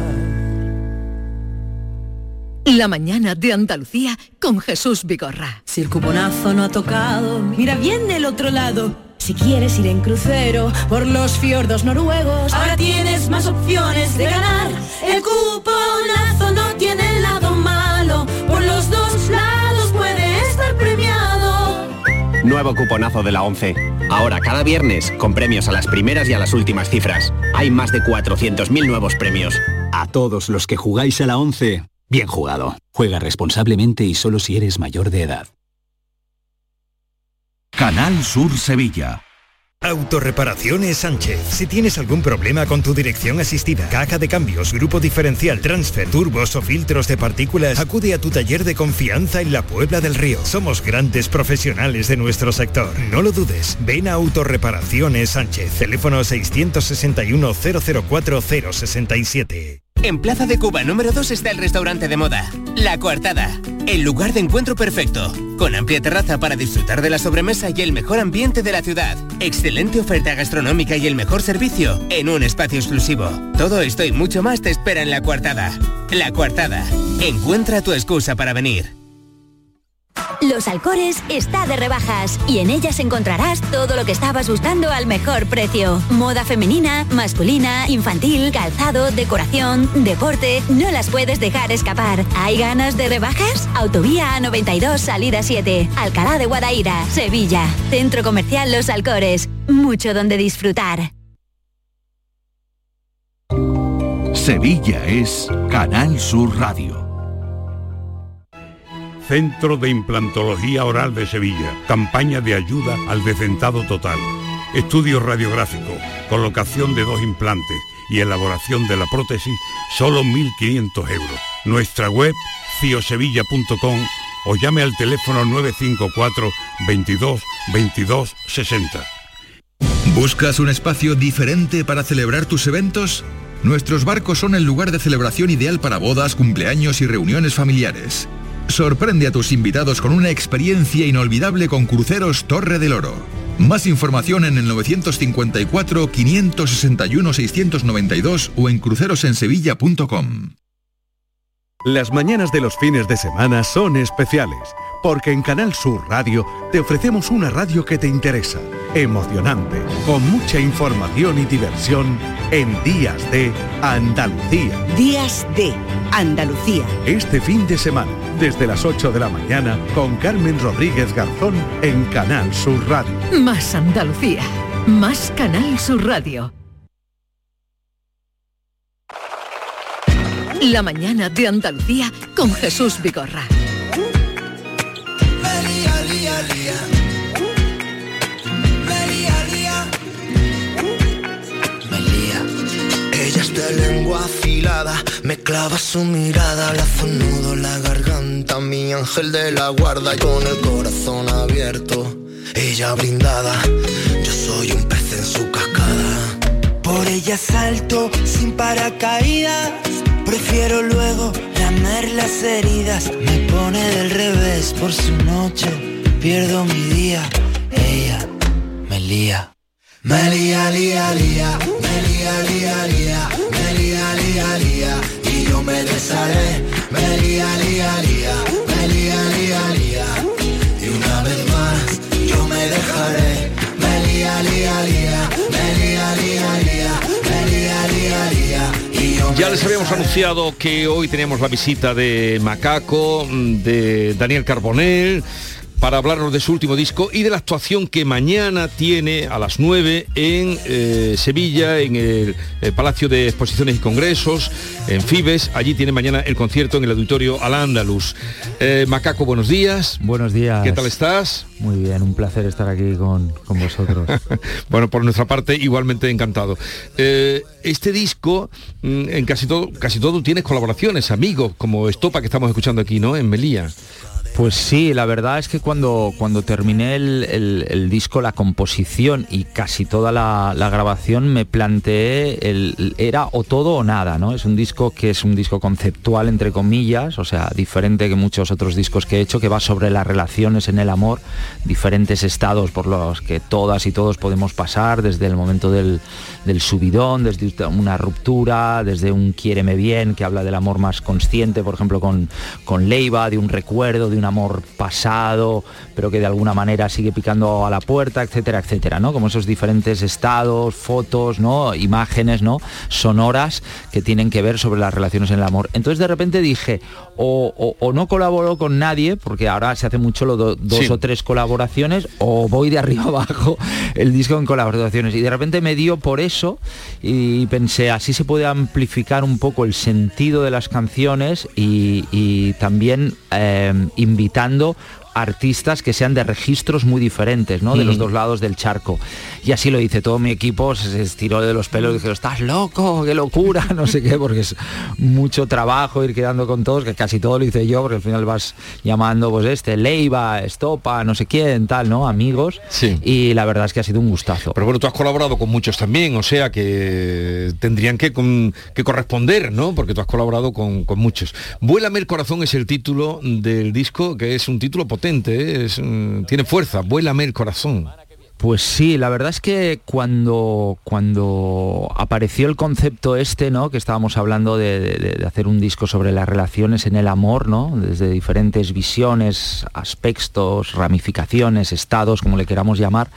La mañana de Andalucía con Jesús Vigorra. Si el cuponazo no ha tocado, mira bien del otro lado. Si quieres ir en crucero por los fiordos noruegos, ahora tienes más opciones de ganar. El cuponazo no tiene el lado malo, por los dos lados puede estar premiado. Nuevo cuponazo de la 11. Ahora cada viernes con premios a las primeras y a las últimas cifras. Hay más de 400.000 nuevos premios. A todos los que jugáis a la 11, bien jugado. Juega responsablemente y solo si eres mayor de edad. Canal Sur Sevilla. Autorreparaciones Sánchez. Si tienes algún problema con tu dirección asistida, caja de cambios, grupo diferencial, transfer, turbos o filtros de partículas, acude a tu taller de confianza en la Puebla del Río. Somos grandes profesionales de nuestro sector. No lo dudes. Ven a Autorreparaciones Sánchez. Teléfono 661 004 067. En Plaza de Cuba número 2 está el restaurante de moda, La Coartada, el lugar de encuentro perfecto, con amplia terraza para disfrutar de la sobremesa y el mejor ambiente de la ciudad, excelente oferta gastronómica y el mejor servicio en un espacio exclusivo. Todo esto y mucho más te espera en La Coartada. La Coartada, encuentra tu excusa para venir. Los Alcores está de rebajas y en ellas encontrarás todo lo que estabas buscando al mejor precio. Moda femenina, masculina, infantil, calzado, decoración, deporte, no las puedes dejar escapar. ¿Hay ganas de rebajas? Autovía A92, salida 7, Alcalá de Guadaira, Sevilla. Centro Comercial Los Alcores, mucho donde disfrutar. Sevilla es Canal Sur Radio. Centro de Implantología Oral de Sevilla. Campaña de ayuda al desdentado total. Estudio radiográfico, colocación de 2 implantes y elaboración de la prótesis, solo 1.500 euros. Nuestra web, ciosevilla.com o llame al teléfono 954 22 22 60. ¿Buscas un espacio diferente para celebrar tus eventos? Nuestros barcos son el lugar de celebración ideal para bodas, cumpleaños y reuniones familiares. Sorprende a tus invitados con una experiencia inolvidable con Cruceros Torre del Oro. Más información en el 954 561 692 o en crucerosensevilla.com. Las mañanas de los fines de semana son especiales, porque en Canal Sur Radio te ofrecemos una radio que te interesa, emocionante, con mucha información y diversión en Días de Andalucía. Días de Andalucía. Este fin de semana, desde las 8 de la mañana, con Carmen Rodríguez Garzón en Canal Sur Radio. Más Andalucía, más Canal Sur Radio. La mañana de Andalucía con Jesús Vigorra. Ella es de lengua afilada, me clava su mirada, lazo un nudo en la garganta, mi ángel de la guarda, y con el corazón abierto, ella brindada, yo soy un pez en su cascada. Por ella salto sin paracaídas, prefiero luego lamer las heridas, me pone del revés por su noche, pierdo mi día, ella me lía. Me lía, lía, lía, me lía, lía, lía, me lía, lía, lía, y yo me desharé. Me lía, lía, lía, me lía, lía, lía, y una vez más yo me dejaré. Me lía, lía, lía, me lía, lía, lía, me lía, lía, lía, y yo me Ya les habíamos anunciado que hoy teníamos la visita de Macaco, de Daniel Carbonell, para hablarnos de su último disco y de la actuación que mañana tiene a las 9 en Sevilla, en el Palacio de Exposiciones y Congresos, en Fibes. Allí tiene mañana el concierto en el Auditorio Al-Ándalus. Macaco, buenos días. Buenos días. ¿Qué tal estás? Muy bien, un placer estar aquí con vosotros. Bueno, por nuestra parte, igualmente encantado. Este disco, en casi todo tienes colaboraciones, amigos, como Estopa, que estamos escuchando aquí, ¿no? En Melilla. Pues sí, la verdad es que cuando terminé el disco, la composición y casi toda la grabación, me planteé era o todo o nada, ¿no? Es un disco que es un disco conceptual, entre comillas, o sea, diferente que muchos otros discos que he hecho, que va sobre las relaciones en el amor, diferentes estados por los que todas y todos podemos pasar, desde el momento del subidón, desde una ruptura, desde un quiéreme bien, que habla del amor más consciente, por ejemplo, con Leiva, de un recuerdo, de un amor pasado, pero que de alguna manera sigue picando a la puerta, etcétera, etcétera, ¿no? Como esos diferentes estados, fotos, ¿no? Imágenes, ¿no? Sonoras que tienen que ver sobre las relaciones en el amor. Entonces de repente dije, o no colaboro con nadie, porque ahora se hace mucho dos o tres colaboraciones, o voy de arriba abajo el disco en colaboraciones. Y de repente me dio por eso y pensé, así se puede amplificar un poco el sentido de las canciones y también invitando artistas que sean de registros muy diferentes, ¿no? De los dos lados del charco. Y así lo hice. Todo mi equipo se estiró de los pelos y dijeron, estás loco, qué locura, no sé qué, porque es mucho trabajo ir quedando con todos, que casi todo lo hice yo, porque al final vas llamando, pues Leiva, Estopa, no sé quién, tal, ¿no? Amigos. Sí. Y la verdad es que ha sido un gustazo. Pero bueno, tú has colaborado con muchos también, o sea que tendrían que corresponder, ¿no? Porque tú has colaborado con muchos. Vuélame el corazón es el título del disco, que es un título potente. Tiene fuerza, Vuélame el corazón. Pues sí, la verdad es que cuando apareció el concepto ¿no? Que estábamos hablando de hacer un disco sobre las relaciones en el amor, ¿no? Desde diferentes visiones, aspectos, ramificaciones, estados, como le queramos llamar,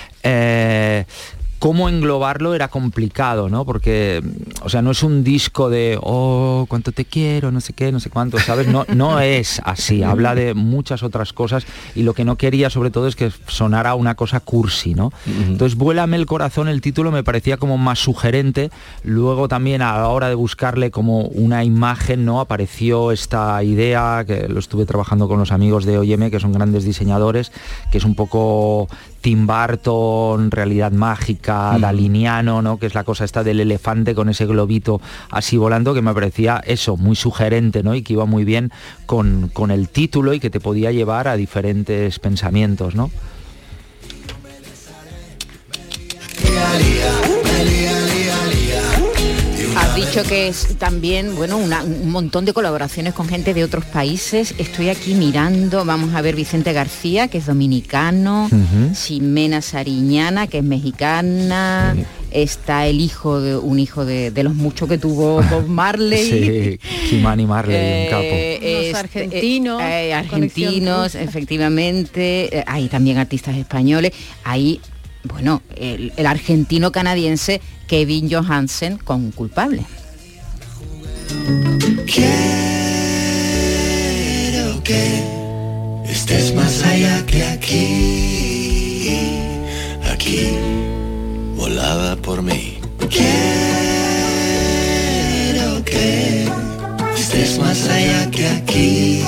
cómo englobarlo era complicado, ¿no? Porque, o sea, no es un disco de, oh, cuánto te quiero, no sé qué, no sé cuánto, ¿sabes? No es así, habla de muchas otras cosas y lo que no quería sobre todo es que sonara una cosa cursi, ¿no? Entonces, Vuélame el corazón, el título me parecía como más sugerente. Luego también a la hora de buscarle como una imagen, ¿no? Apareció esta idea, que lo estuve trabajando con los amigos de Óyeme, que son grandes diseñadores, que es un poco Tim Burton, realidad mágica, daliniano, ¿no? Que es la cosa esta del elefante con ese globito así volando, que me parecía eso, muy sugerente, ¿no? Y que iba muy bien con el título y que te podía llevar a diferentes pensamientos, ¿no? Has dicho que es también, bueno, un montón de colaboraciones con gente de otros países. Estoy aquí mirando, vamos a ver Vicente García, que es dominicano, Ximena Sariñana, que es mexicana, está un hijo de los muchos que tuvo Bob Marley. Sí, Kimani Marley, un capo. Argentinos, efectivamente. Hay también artistas españoles. Hay, bueno, el argentino canadiense Kevin Johansen con Culpable. Quiero que estés más allá que aquí, aquí, volada por mí. Quiero que estés más allá que aquí,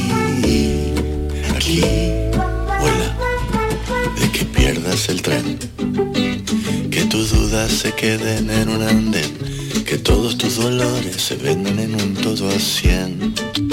aquí, vuela, de que pierdas el tren, que tus dudas se queden en un andén, que todos tus dolores se vendan en un todo a 100.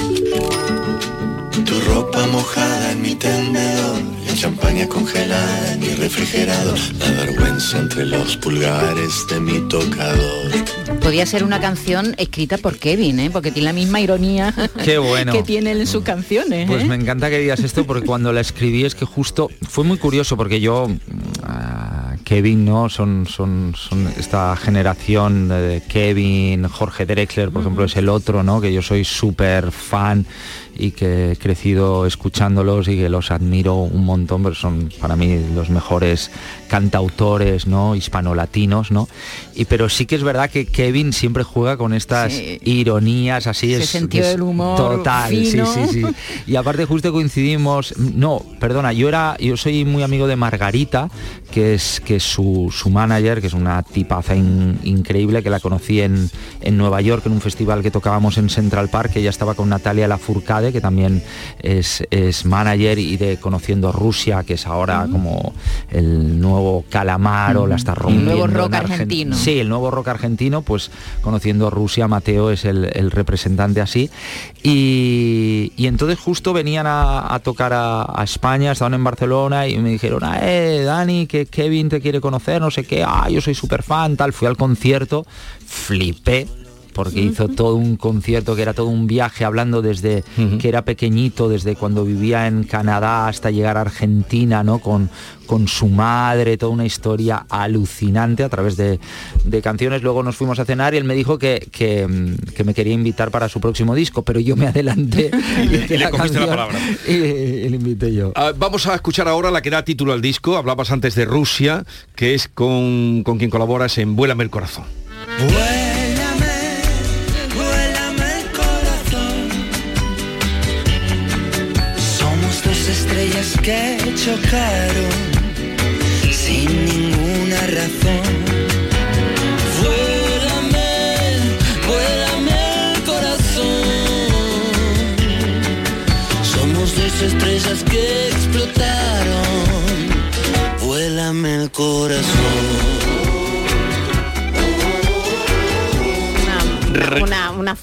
Tu ropa mojada en mi tendedor, la champaña congelada en mi refrigerador, la vergüenza entre los pulgares de mi tocador. Podía ser una canción escrita por Kevin, porque tiene la misma ironía. Qué bueno. Que tiene en sus canciones. Pues me encanta que digas esto, porque cuando la escribí es que justo fue muy curioso, porque yo Kevin, ¿no? Son esta generación de Kevin, Jorge Drexler, por ejemplo, es el otro, ¿no? Que yo soy súper fan y que he crecido escuchándolos y que los admiro un montón, pero son para mí los mejores cantautores, ¿no? Hispanolatinos, ¿no? Pero sí que es verdad que Kevin siempre juega con estas ironías así. Ese sentido del humor total, fino. sí. Y aparte justo coincidimos, yo soy muy amigo de Margarita, que es su manager, que es una tipaza increíble, que la conocí en Nueva York en un festival que tocábamos en Central Park, que ella estaba con Natalia Lafourcade, que también es manager, y de Conociendo Rusia, que es ahora como el nuevo Calamaro, la está rompiendo. El nuevo rock argentino. Sí, el nuevo rock argentino, pues Conociendo Rusia, Mateo es el representante así. Y entonces justo venían a tocar a España, estaban en Barcelona y me dijeron, Dani, que Kevin te quiere conocer, no sé qué, yo soy súper fan, tal. Fui al concierto, flipé, porque hizo todo un concierto que era todo un viaje, hablando desde que era pequeñito, desde cuando vivía en Canadá hasta llegar a Argentina, ¿no? Con su madre, toda una historia alucinante a través de canciones. Luego nos fuimos a cenar y él me dijo que me quería invitar para su próximo disco, pero yo me adelanté y le cogiste la palabra. Y le invité yo. Vamos a escuchar ahora la que da título al disco. Hablabas antes de Rusia, que es con quien colaboras en Vuélame el corazón. Estrellas que chocaron sin ninguna razón. Vuélame el corazón. Somos dos estrellas que explotaron. Vuélame el corazón. Una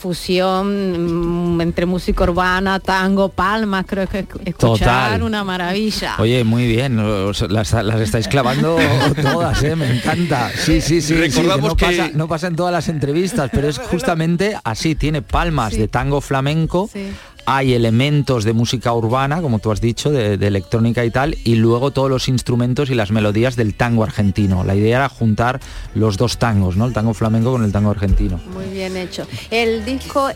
fusión entre música urbana, tango, palmas, creo que escuchar Total. una maravilla. Oye, muy bien, las estáis clavando todas, me encanta. Sí. Recordamos que no pasa en todas las entrevistas, pero es justamente así, tiene palmas de tango flamenco. Sí. Hay elementos de música urbana, como tú has dicho, de electrónica y tal, y luego todos los instrumentos y las melodías del tango argentino. La idea era juntar los dos tangos, ¿no? El tango flamenco con el tango argentino. Muy bien hecho. El disco,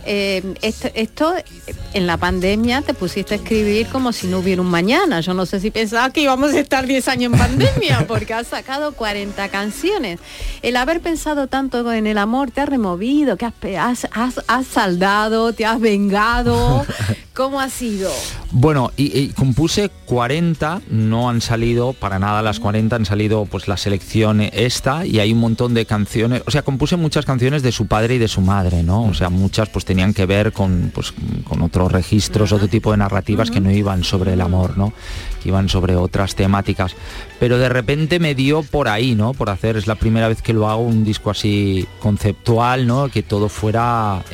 esto en la pandemia te pusiste a escribir como si no hubiera un mañana. Yo no sé si pensabas que íbamos a estar 10 años en pandemia, porque has sacado 40 canciones. El haber pensado tanto en el amor te ha removido, que has saldado, te has vengado. ¿Cómo ha sido? Bueno, y compuse 40, no han salido para nada las 40, han salido pues la selección esta, y hay un montón de canciones, o sea, compuse muchas canciones de su padre y de su madre, ¿no? O sea, muchas pues tenían que ver con otros registros, otro tipo de narrativas que no iban sobre el amor, ¿no? Que iban sobre otras temáticas. Pero de repente me dio por ahí, ¿no? Por hacer, es la primera vez que lo hago, un disco así conceptual, ¿no? Que todo fuera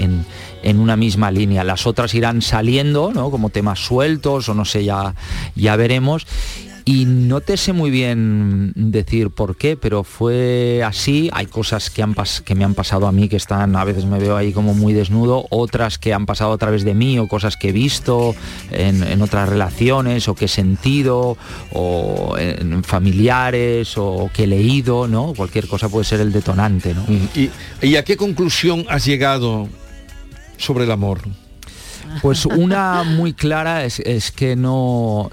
en una misma línea. Las otras irán saliendo, ¿no? Como temas sueltos o no sé, ya veremos. Y no te sé muy bien decir por qué, pero fue así. Hay cosas que me han pasado a mí, que están, a veces me veo ahí como muy desnudo, otras que han pasado a través de mí, o cosas que he visto en otras relaciones, o que he sentido, o en familiares, o que he leído, ¿no? Cualquier cosa puede ser el detonante, ¿no? ¿Y a qué conclusión has llegado sobre el amor? Pues una muy clara es que no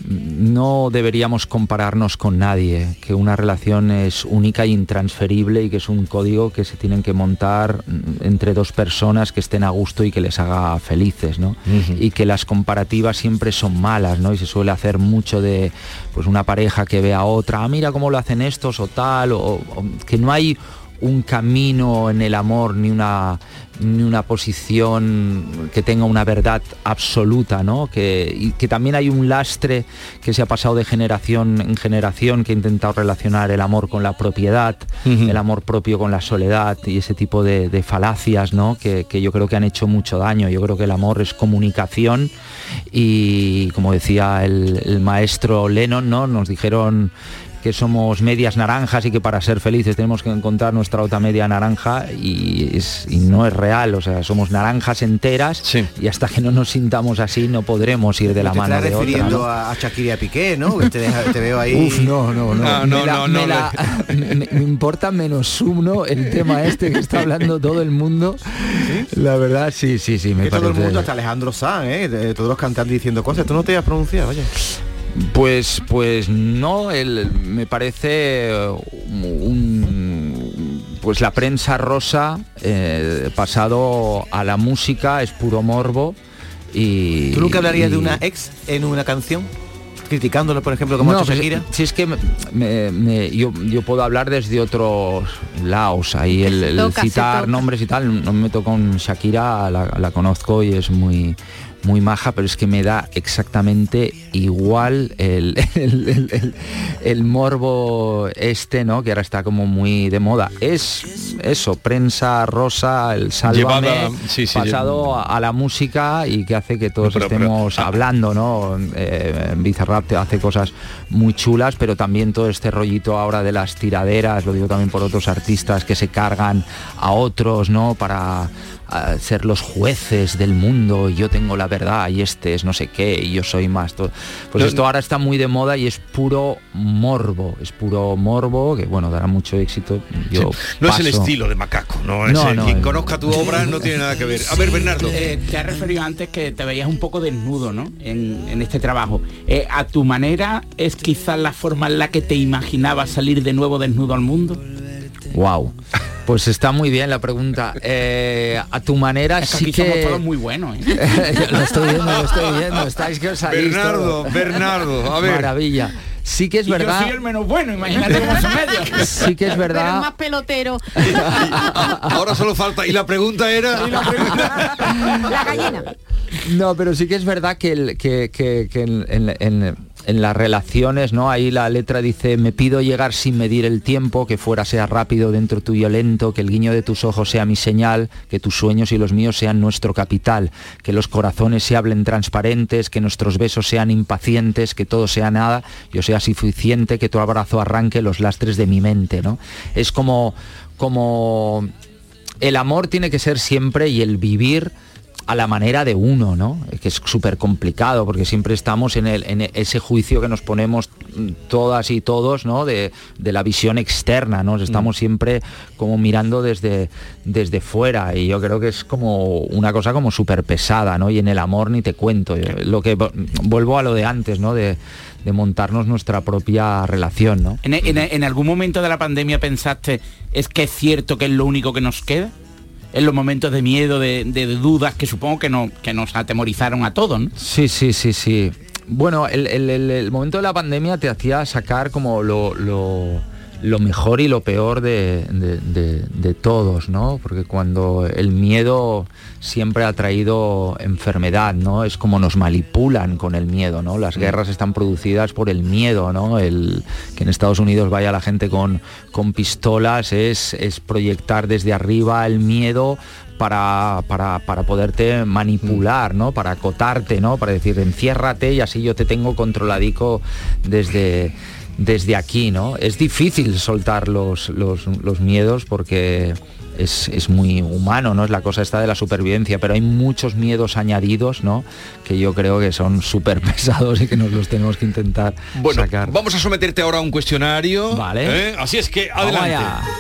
deberíamos compararnos con nadie, que una relación es única e intransferible, y que es un código que se tienen que montar entre dos personas que estén a gusto y que les haga felices, ¿no? Y que las comparativas siempre son malas, ¿no? Y se suele hacer mucho de pues una pareja que ve a otra, mira cómo lo hacen estos o tal, o que no hay un camino en el amor ni una posición que tenga una verdad absoluta, ¿no? Y que también hay un lastre que se ha pasado de generación en generación, que ha intentado relacionar el amor con la propiedad, el amor propio con la soledad, y ese tipo de falacias, ¿no? Que yo creo que han hecho mucho daño. Yo creo que el amor es comunicación, y como decía el maestro Lennon, ¿no? Nos dijeron que somos medias naranjas y que para ser felices tenemos que encontrar nuestra otra media naranja y no es real, o sea, somos naranjas enteras y hasta que no nos sintamos así no podremos ir de la mano de otra. Te estás refiriendo a Shakira y a Piqué, ¿no? Que te veo ahí. Uf, no. Me importa menos uno el tema este que está hablando todo el mundo. ¿Sí? La verdad, sí, me parece. Todo el mundo, hasta Alejandro Sanz, todos los cantantes diciendo cosas. Tú no te has pronunciado, oye. Pues no, me parece pues la prensa rosa pasado a la música es puro morbo. Y ¿tú nunca hablarías de una ex en una canción? Criticándolo, por ejemplo, como ha hecho Shakira. Si es que yo puedo hablar desde otros lados, ahí el citar nombres y tal, no me meto con Shakira, la conozco y es muy maja, pero es que me da exactamente igual el morbo ¿no? Que ahora está como muy de moda. Es eso, prensa rosa, el sálvame, pasado a la música y que hace que todos estemos hablando, ¿no? Bizarrap hace cosas muy chulas, pero también todo este rollito ahora de las tiraderas, lo digo también por otros artistas que se cargan a otros, ¿no? Para ser los jueces del mundo, y yo tengo la verdad y este es no sé qué y yo soy más todo. Pues esto ahora está muy de moda y es puro morbo, que bueno, dará mucho éxito. No es el estilo de Macaco, quien conozca tu obra no tiene nada que ver. A ver, Bernardo, te has referido antes que te veías un poco desnudo, ¿no? En este trabajo. A tu manera es quizás la forma en la que te imaginabas salir de nuevo desnudo al mundo. Wow. Pues está muy bien la pregunta. A tu manera es que sí aquí que... somos todos muy buenos, ¿eh? lo estoy viendo. Estáis que os salís. Bernardo, a ver. Maravilla. Sí que es verdad. Yo soy el menos bueno, imagínate cómo son medios. Sí que es verdad. Pero más pelotero. Ahora solo falta. Y la pregunta era. La gallina. No, pero sí que es verdad que en las relaciones, ¿no? Ahí la letra dice: me pido llegar sin medir el tiempo, que fuera sea rápido, dentro tuyo lento, que el guiño de tus ojos sea mi señal, que tus sueños y los míos sean nuestro capital, que los corazones se hablen transparentes, que nuestros besos sean impacientes, que todo sea nada, yo sea suficiente, que tu abrazo arranque los lastres de mi mente, ¿no? Es como el amor tiene que ser siempre, y el vivir a la manera de uno, ¿no? Que es súper complicado porque siempre estamos en ese juicio que nos ponemos todas y todos, ¿no? De la visión externa, ¿no? Estamos siempre como mirando desde fuera, y yo creo que es como una cosa como súper pesada, ¿no? Y en el amor ni te cuento. Lo que vuelvo a lo de antes, ¿no? De montarnos nuestra propia relación, ¿no? ¿En algún momento de la pandemia pensaste, es que es cierto que es lo único que nos queda? En los momentos de miedo, de dudas, que supongo que nos atemorizaron a todos, ¿no? Sí. Bueno, el momento de la pandemia te hacía sacar como lo mejor y lo peor de todos, ¿no? Porque cuando el miedo siempre ha traído enfermedad, ¿no? Es como nos manipulan con el miedo, ¿no? Las guerras están producidas por el miedo, ¿no? Que en Estados Unidos vaya la gente con pistolas es proyectar desde arriba el miedo para poderte manipular, ¿no? Para acotarte, ¿no? Para decir, enciérrate y así yo te tengo controladico desde aquí, ¿no? Es difícil soltar los miedos porque es muy humano, ¿no? Es la cosa esta de la supervivencia, pero hay muchos miedos añadidos, ¿no? Que yo creo que son súper pesados y que nos los tenemos que intentar sacar. Vamos a someterte ahora a un cuestionario. Vale. Así es que adelante.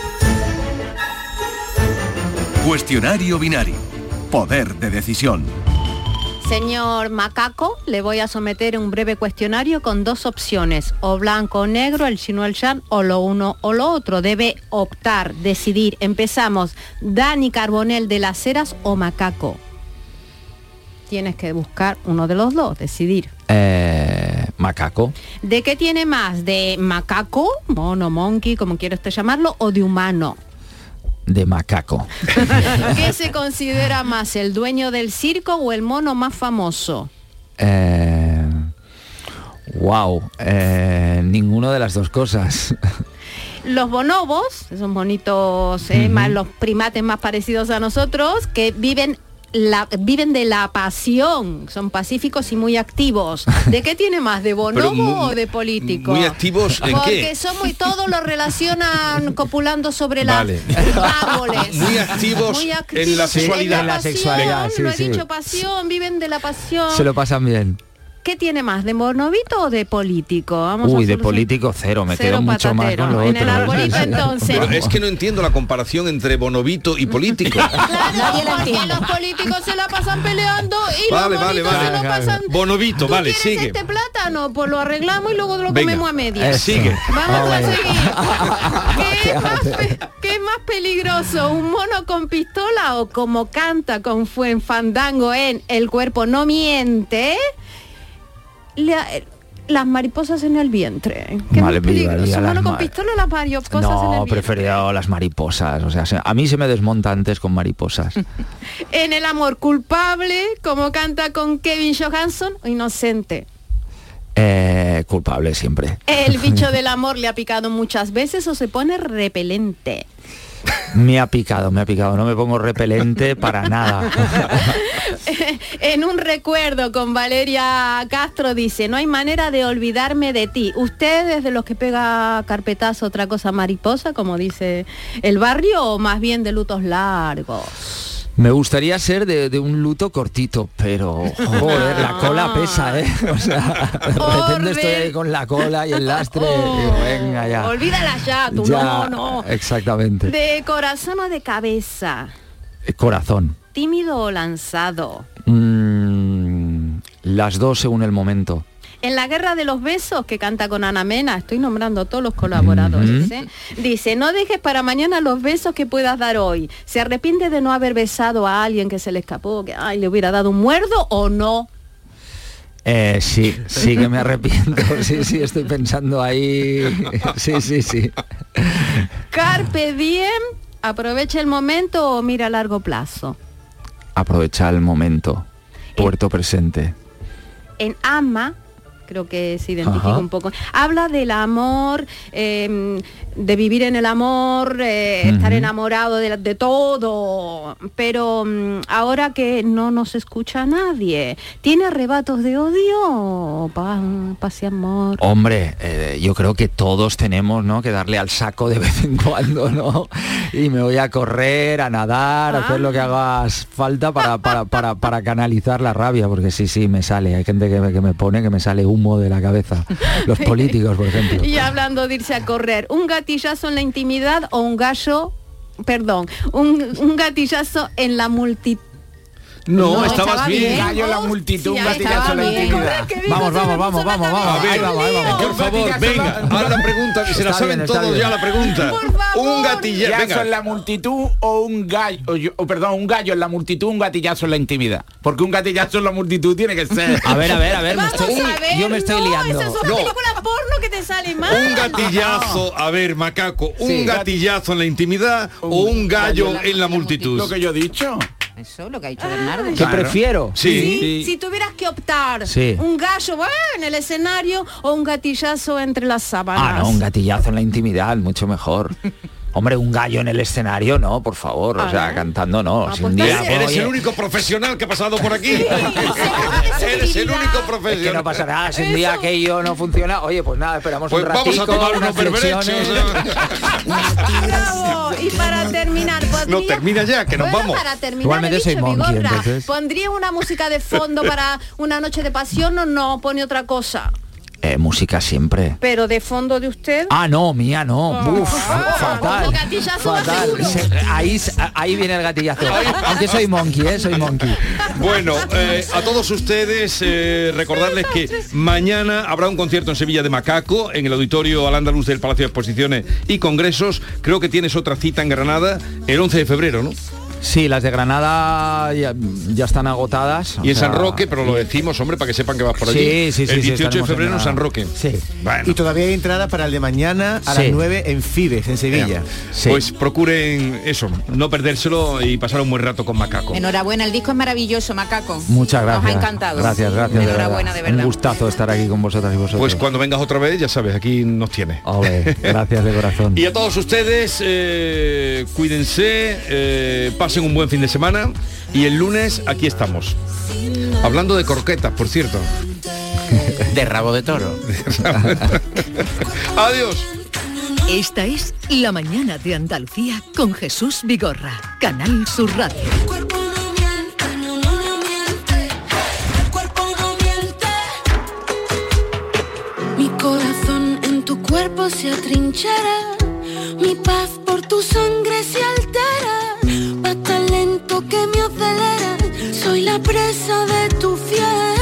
Cuestionario binario. Poder de decisión. Señor Macaco, le voy a someter un breve cuestionario con dos opciones, o blanco o negro, el yin o el yang, o lo uno o lo otro. Debe optar, decidir. Empezamos. Dani Carbonell de las Heras o Macaco. Tienes que buscar uno de los dos, decidir. Macaco. ¿De qué tiene más? ¿De macaco, mono, monkey, como quiera usted llamarlo, o de humano? De macaco. ¿Qué se considera más, el dueño del circo o el mono más famoso? Ninguno de las dos cosas. Los bonobos, esos monitos más los primates más parecidos a nosotros, que viven viven de la pasión, son pacíficos y muy activos. ¿De qué tiene más? ¿De bonobo o de político? ¿Muy activos en Porque qué? son muy, todos lo relacionan copulando sobre los árboles. Muy activos en la sexualidad. En la sexualidad, sí, lo he sí. dicho, pasión, viven de la pasión. Se lo pasan bien. ¿Qué tiene más, de bonobito o de político? Vamos Uy, a de político cero, me Cero quedo mucho más patatero. con lo En otro. el arbolito, entonces. Pero es que no entiendo la comparación entre bonobito y político. Claro, porque los políticos se la pasan peleando y los bonitos se lo pasan. Bonobito, ¿Tú vale, quieres sigue. este plátano? Pues lo arreglamos y luego lo Venga, comemos a medias. sigue. Vamos a seguir. ¿Qué es más peligroso? ¿Un mono con pistola o como canta con Fuenfandango en El cuerpo no miente? Las mariposas en el vientre. ¿Qué Vale, más peligroso? mira, ¿Un mono las con ma- pistola o las mariposas en el No, vientre? prefería las mariposas. O sea, a mí se me desmonta antes con mariposas. En El amor culpable, como canta con Kevin Johansson, o Inocente. Culpable siempre. ¿El bicho del amor le ha picado muchas veces o se pone repelente? Me ha picado, no me pongo repelente para nada. En un recuerdo con Valeria Castro dice, no hay manera de olvidarme de ti. ¿Usted es de los que pega carpetazo otra cosa mariposa, como dice el barrio, o más bien de lutos largos? Me gustaría ser de un luto cortito, pero joder, la cola pesa, ¿eh? O sea, de repente estoy ahí con la cola y el lastre. Y digo, venga ya. Olvídala ya, tú Ya, no. Exactamente. De corazón o de cabeza, Corazón. tímido o lanzado. Las dos según el momento. En La guerra de los besos, que canta con Ana Mena, estoy nombrando a todos los colaboradores, ¿eh? Dice, no dejes para mañana los besos que puedas dar hoy. ¿Se arrepiente de no haber besado a alguien que se le escapó, que le hubiera dado un muerdo o no? Sí que me arrepiento. Sí, estoy pensando ahí. Sí. Carpe diem, aprovecha el momento o mira a largo plazo. Aprovecha el momento. Puerto presente. En Ama, creo que se identifica Ajá. un poco. Habla del amor, de vivir en el amor, estar enamorado de todo, pero ahora que no nos escucha nadie, ¿tiene arrebatos de odio? Paz y amor. Hombre, yo creo que todos tenemos, ¿no?, que darle al saco de vez en cuando, ¿no? Y me voy a correr, a nadar, a hacer lo que haga falta para canalizar la rabia, porque sí, me sale. Hay gente que me pone que me sale humo de la cabeza. Los políticos, por ejemplo. Y hablando de irse a correr, ¿un gatillazo en la intimidad o un gatillazo en la multitud? No, estabas bien. Un gallo en la multitud, un Sí, gatillazo en la estaba bien. intimidad. Vamos. A ver, por favor, venga, haz la pregunta, se la Está saben bien, está todos bien. ya la pregunta. Un gatillazo, ¿Gatillazo venga. en la multitud o un gallo, un gallo en la multitud, un gatillazo en la intimidad? Porque un gatillazo en la multitud tiene que ser. A ver, Yo me estoy liando. Esa es una película porno que te sale mal. Un gatillazo, a ver, macaco, un gatillazo en la intimidad o un gallo en la multitud. Lo que yo he dicho. Eso, lo que ha dicho Bernardo. ¿Qué prefiero? Sí. Si tuvieras que optar, Sí. un gallo en el escenario o un gatillazo entre las sábanas. No, un gatillazo en la intimidad, mucho mejor. Hombre, un gallo en el escenario, no, por favor. O sea, cantando no. Si un día, Eres oye, el único profesional que ha pasado por aquí. Eres el único es que profesional. no pasa nada. Si un día aquello no funciona, oye, pues nada, esperamos Pues un vamos ratico, a tomar unos unas flexiones. Bravo. Y para terminar, No, termina ya, que nos Bueno, vamos. para terminar, Igualmente he soy dicho, monkey, Vigorra, entonces. ¿pondría una música de fondo para una noche de pasión o no? Pone otra cosa. Música siempre. Pero de fondo de usted. Ah, no, mía no. Uf, fatal. Como gatillazo Fatal. seguro. Ahí viene el gatillazo. Aunque soy monkey, soy monkey. Bueno, a todos ustedes recordarles que mañana habrá un concierto en Sevilla de Macaco, en el Auditorio Al Andaluz del Palacio de Exposiciones y Congresos. Creo que tienes otra cita en Granada el 11 de febrero, ¿no? Sí, las de Granada ya están agotadas. Y o en sea, San Roque, pero lo decimos, hombre, para que sepan que vas por allí. Sí, el 18 de estaremos febrero en en San Granada. Roque. Sí. Bueno. Y todavía hay entradas para el de mañana a Sí. las 9 en Fibes, en Sevilla. Sí. Pues procuren eso, no perdérselo y pasar un buen rato con Macaco. Enhorabuena, el disco es maravilloso, Macaco. Muchas gracias. Nos ha encantado. Gracias. Enhorabuena, de verdad. Un gustazo estar aquí con vosotras y vosotros. Pues cuando vengas otra vez, ya sabes, aquí nos tienes. Ole, gracias de corazón. Y a todos ustedes, cuídense, pasen pasen un buen fin de semana y el lunes aquí estamos. Hablando de croquetas, por cierto. De rabo de toro. Adiós. Esta es La Mañana de Andalucía con Jesús Vigorra, Canal Sur Radio. Mi corazón en tu cuerpo se atrinchera, mi paz por tu sangre se altera, va tan lento que me acelera, soy la presa de tu fiel.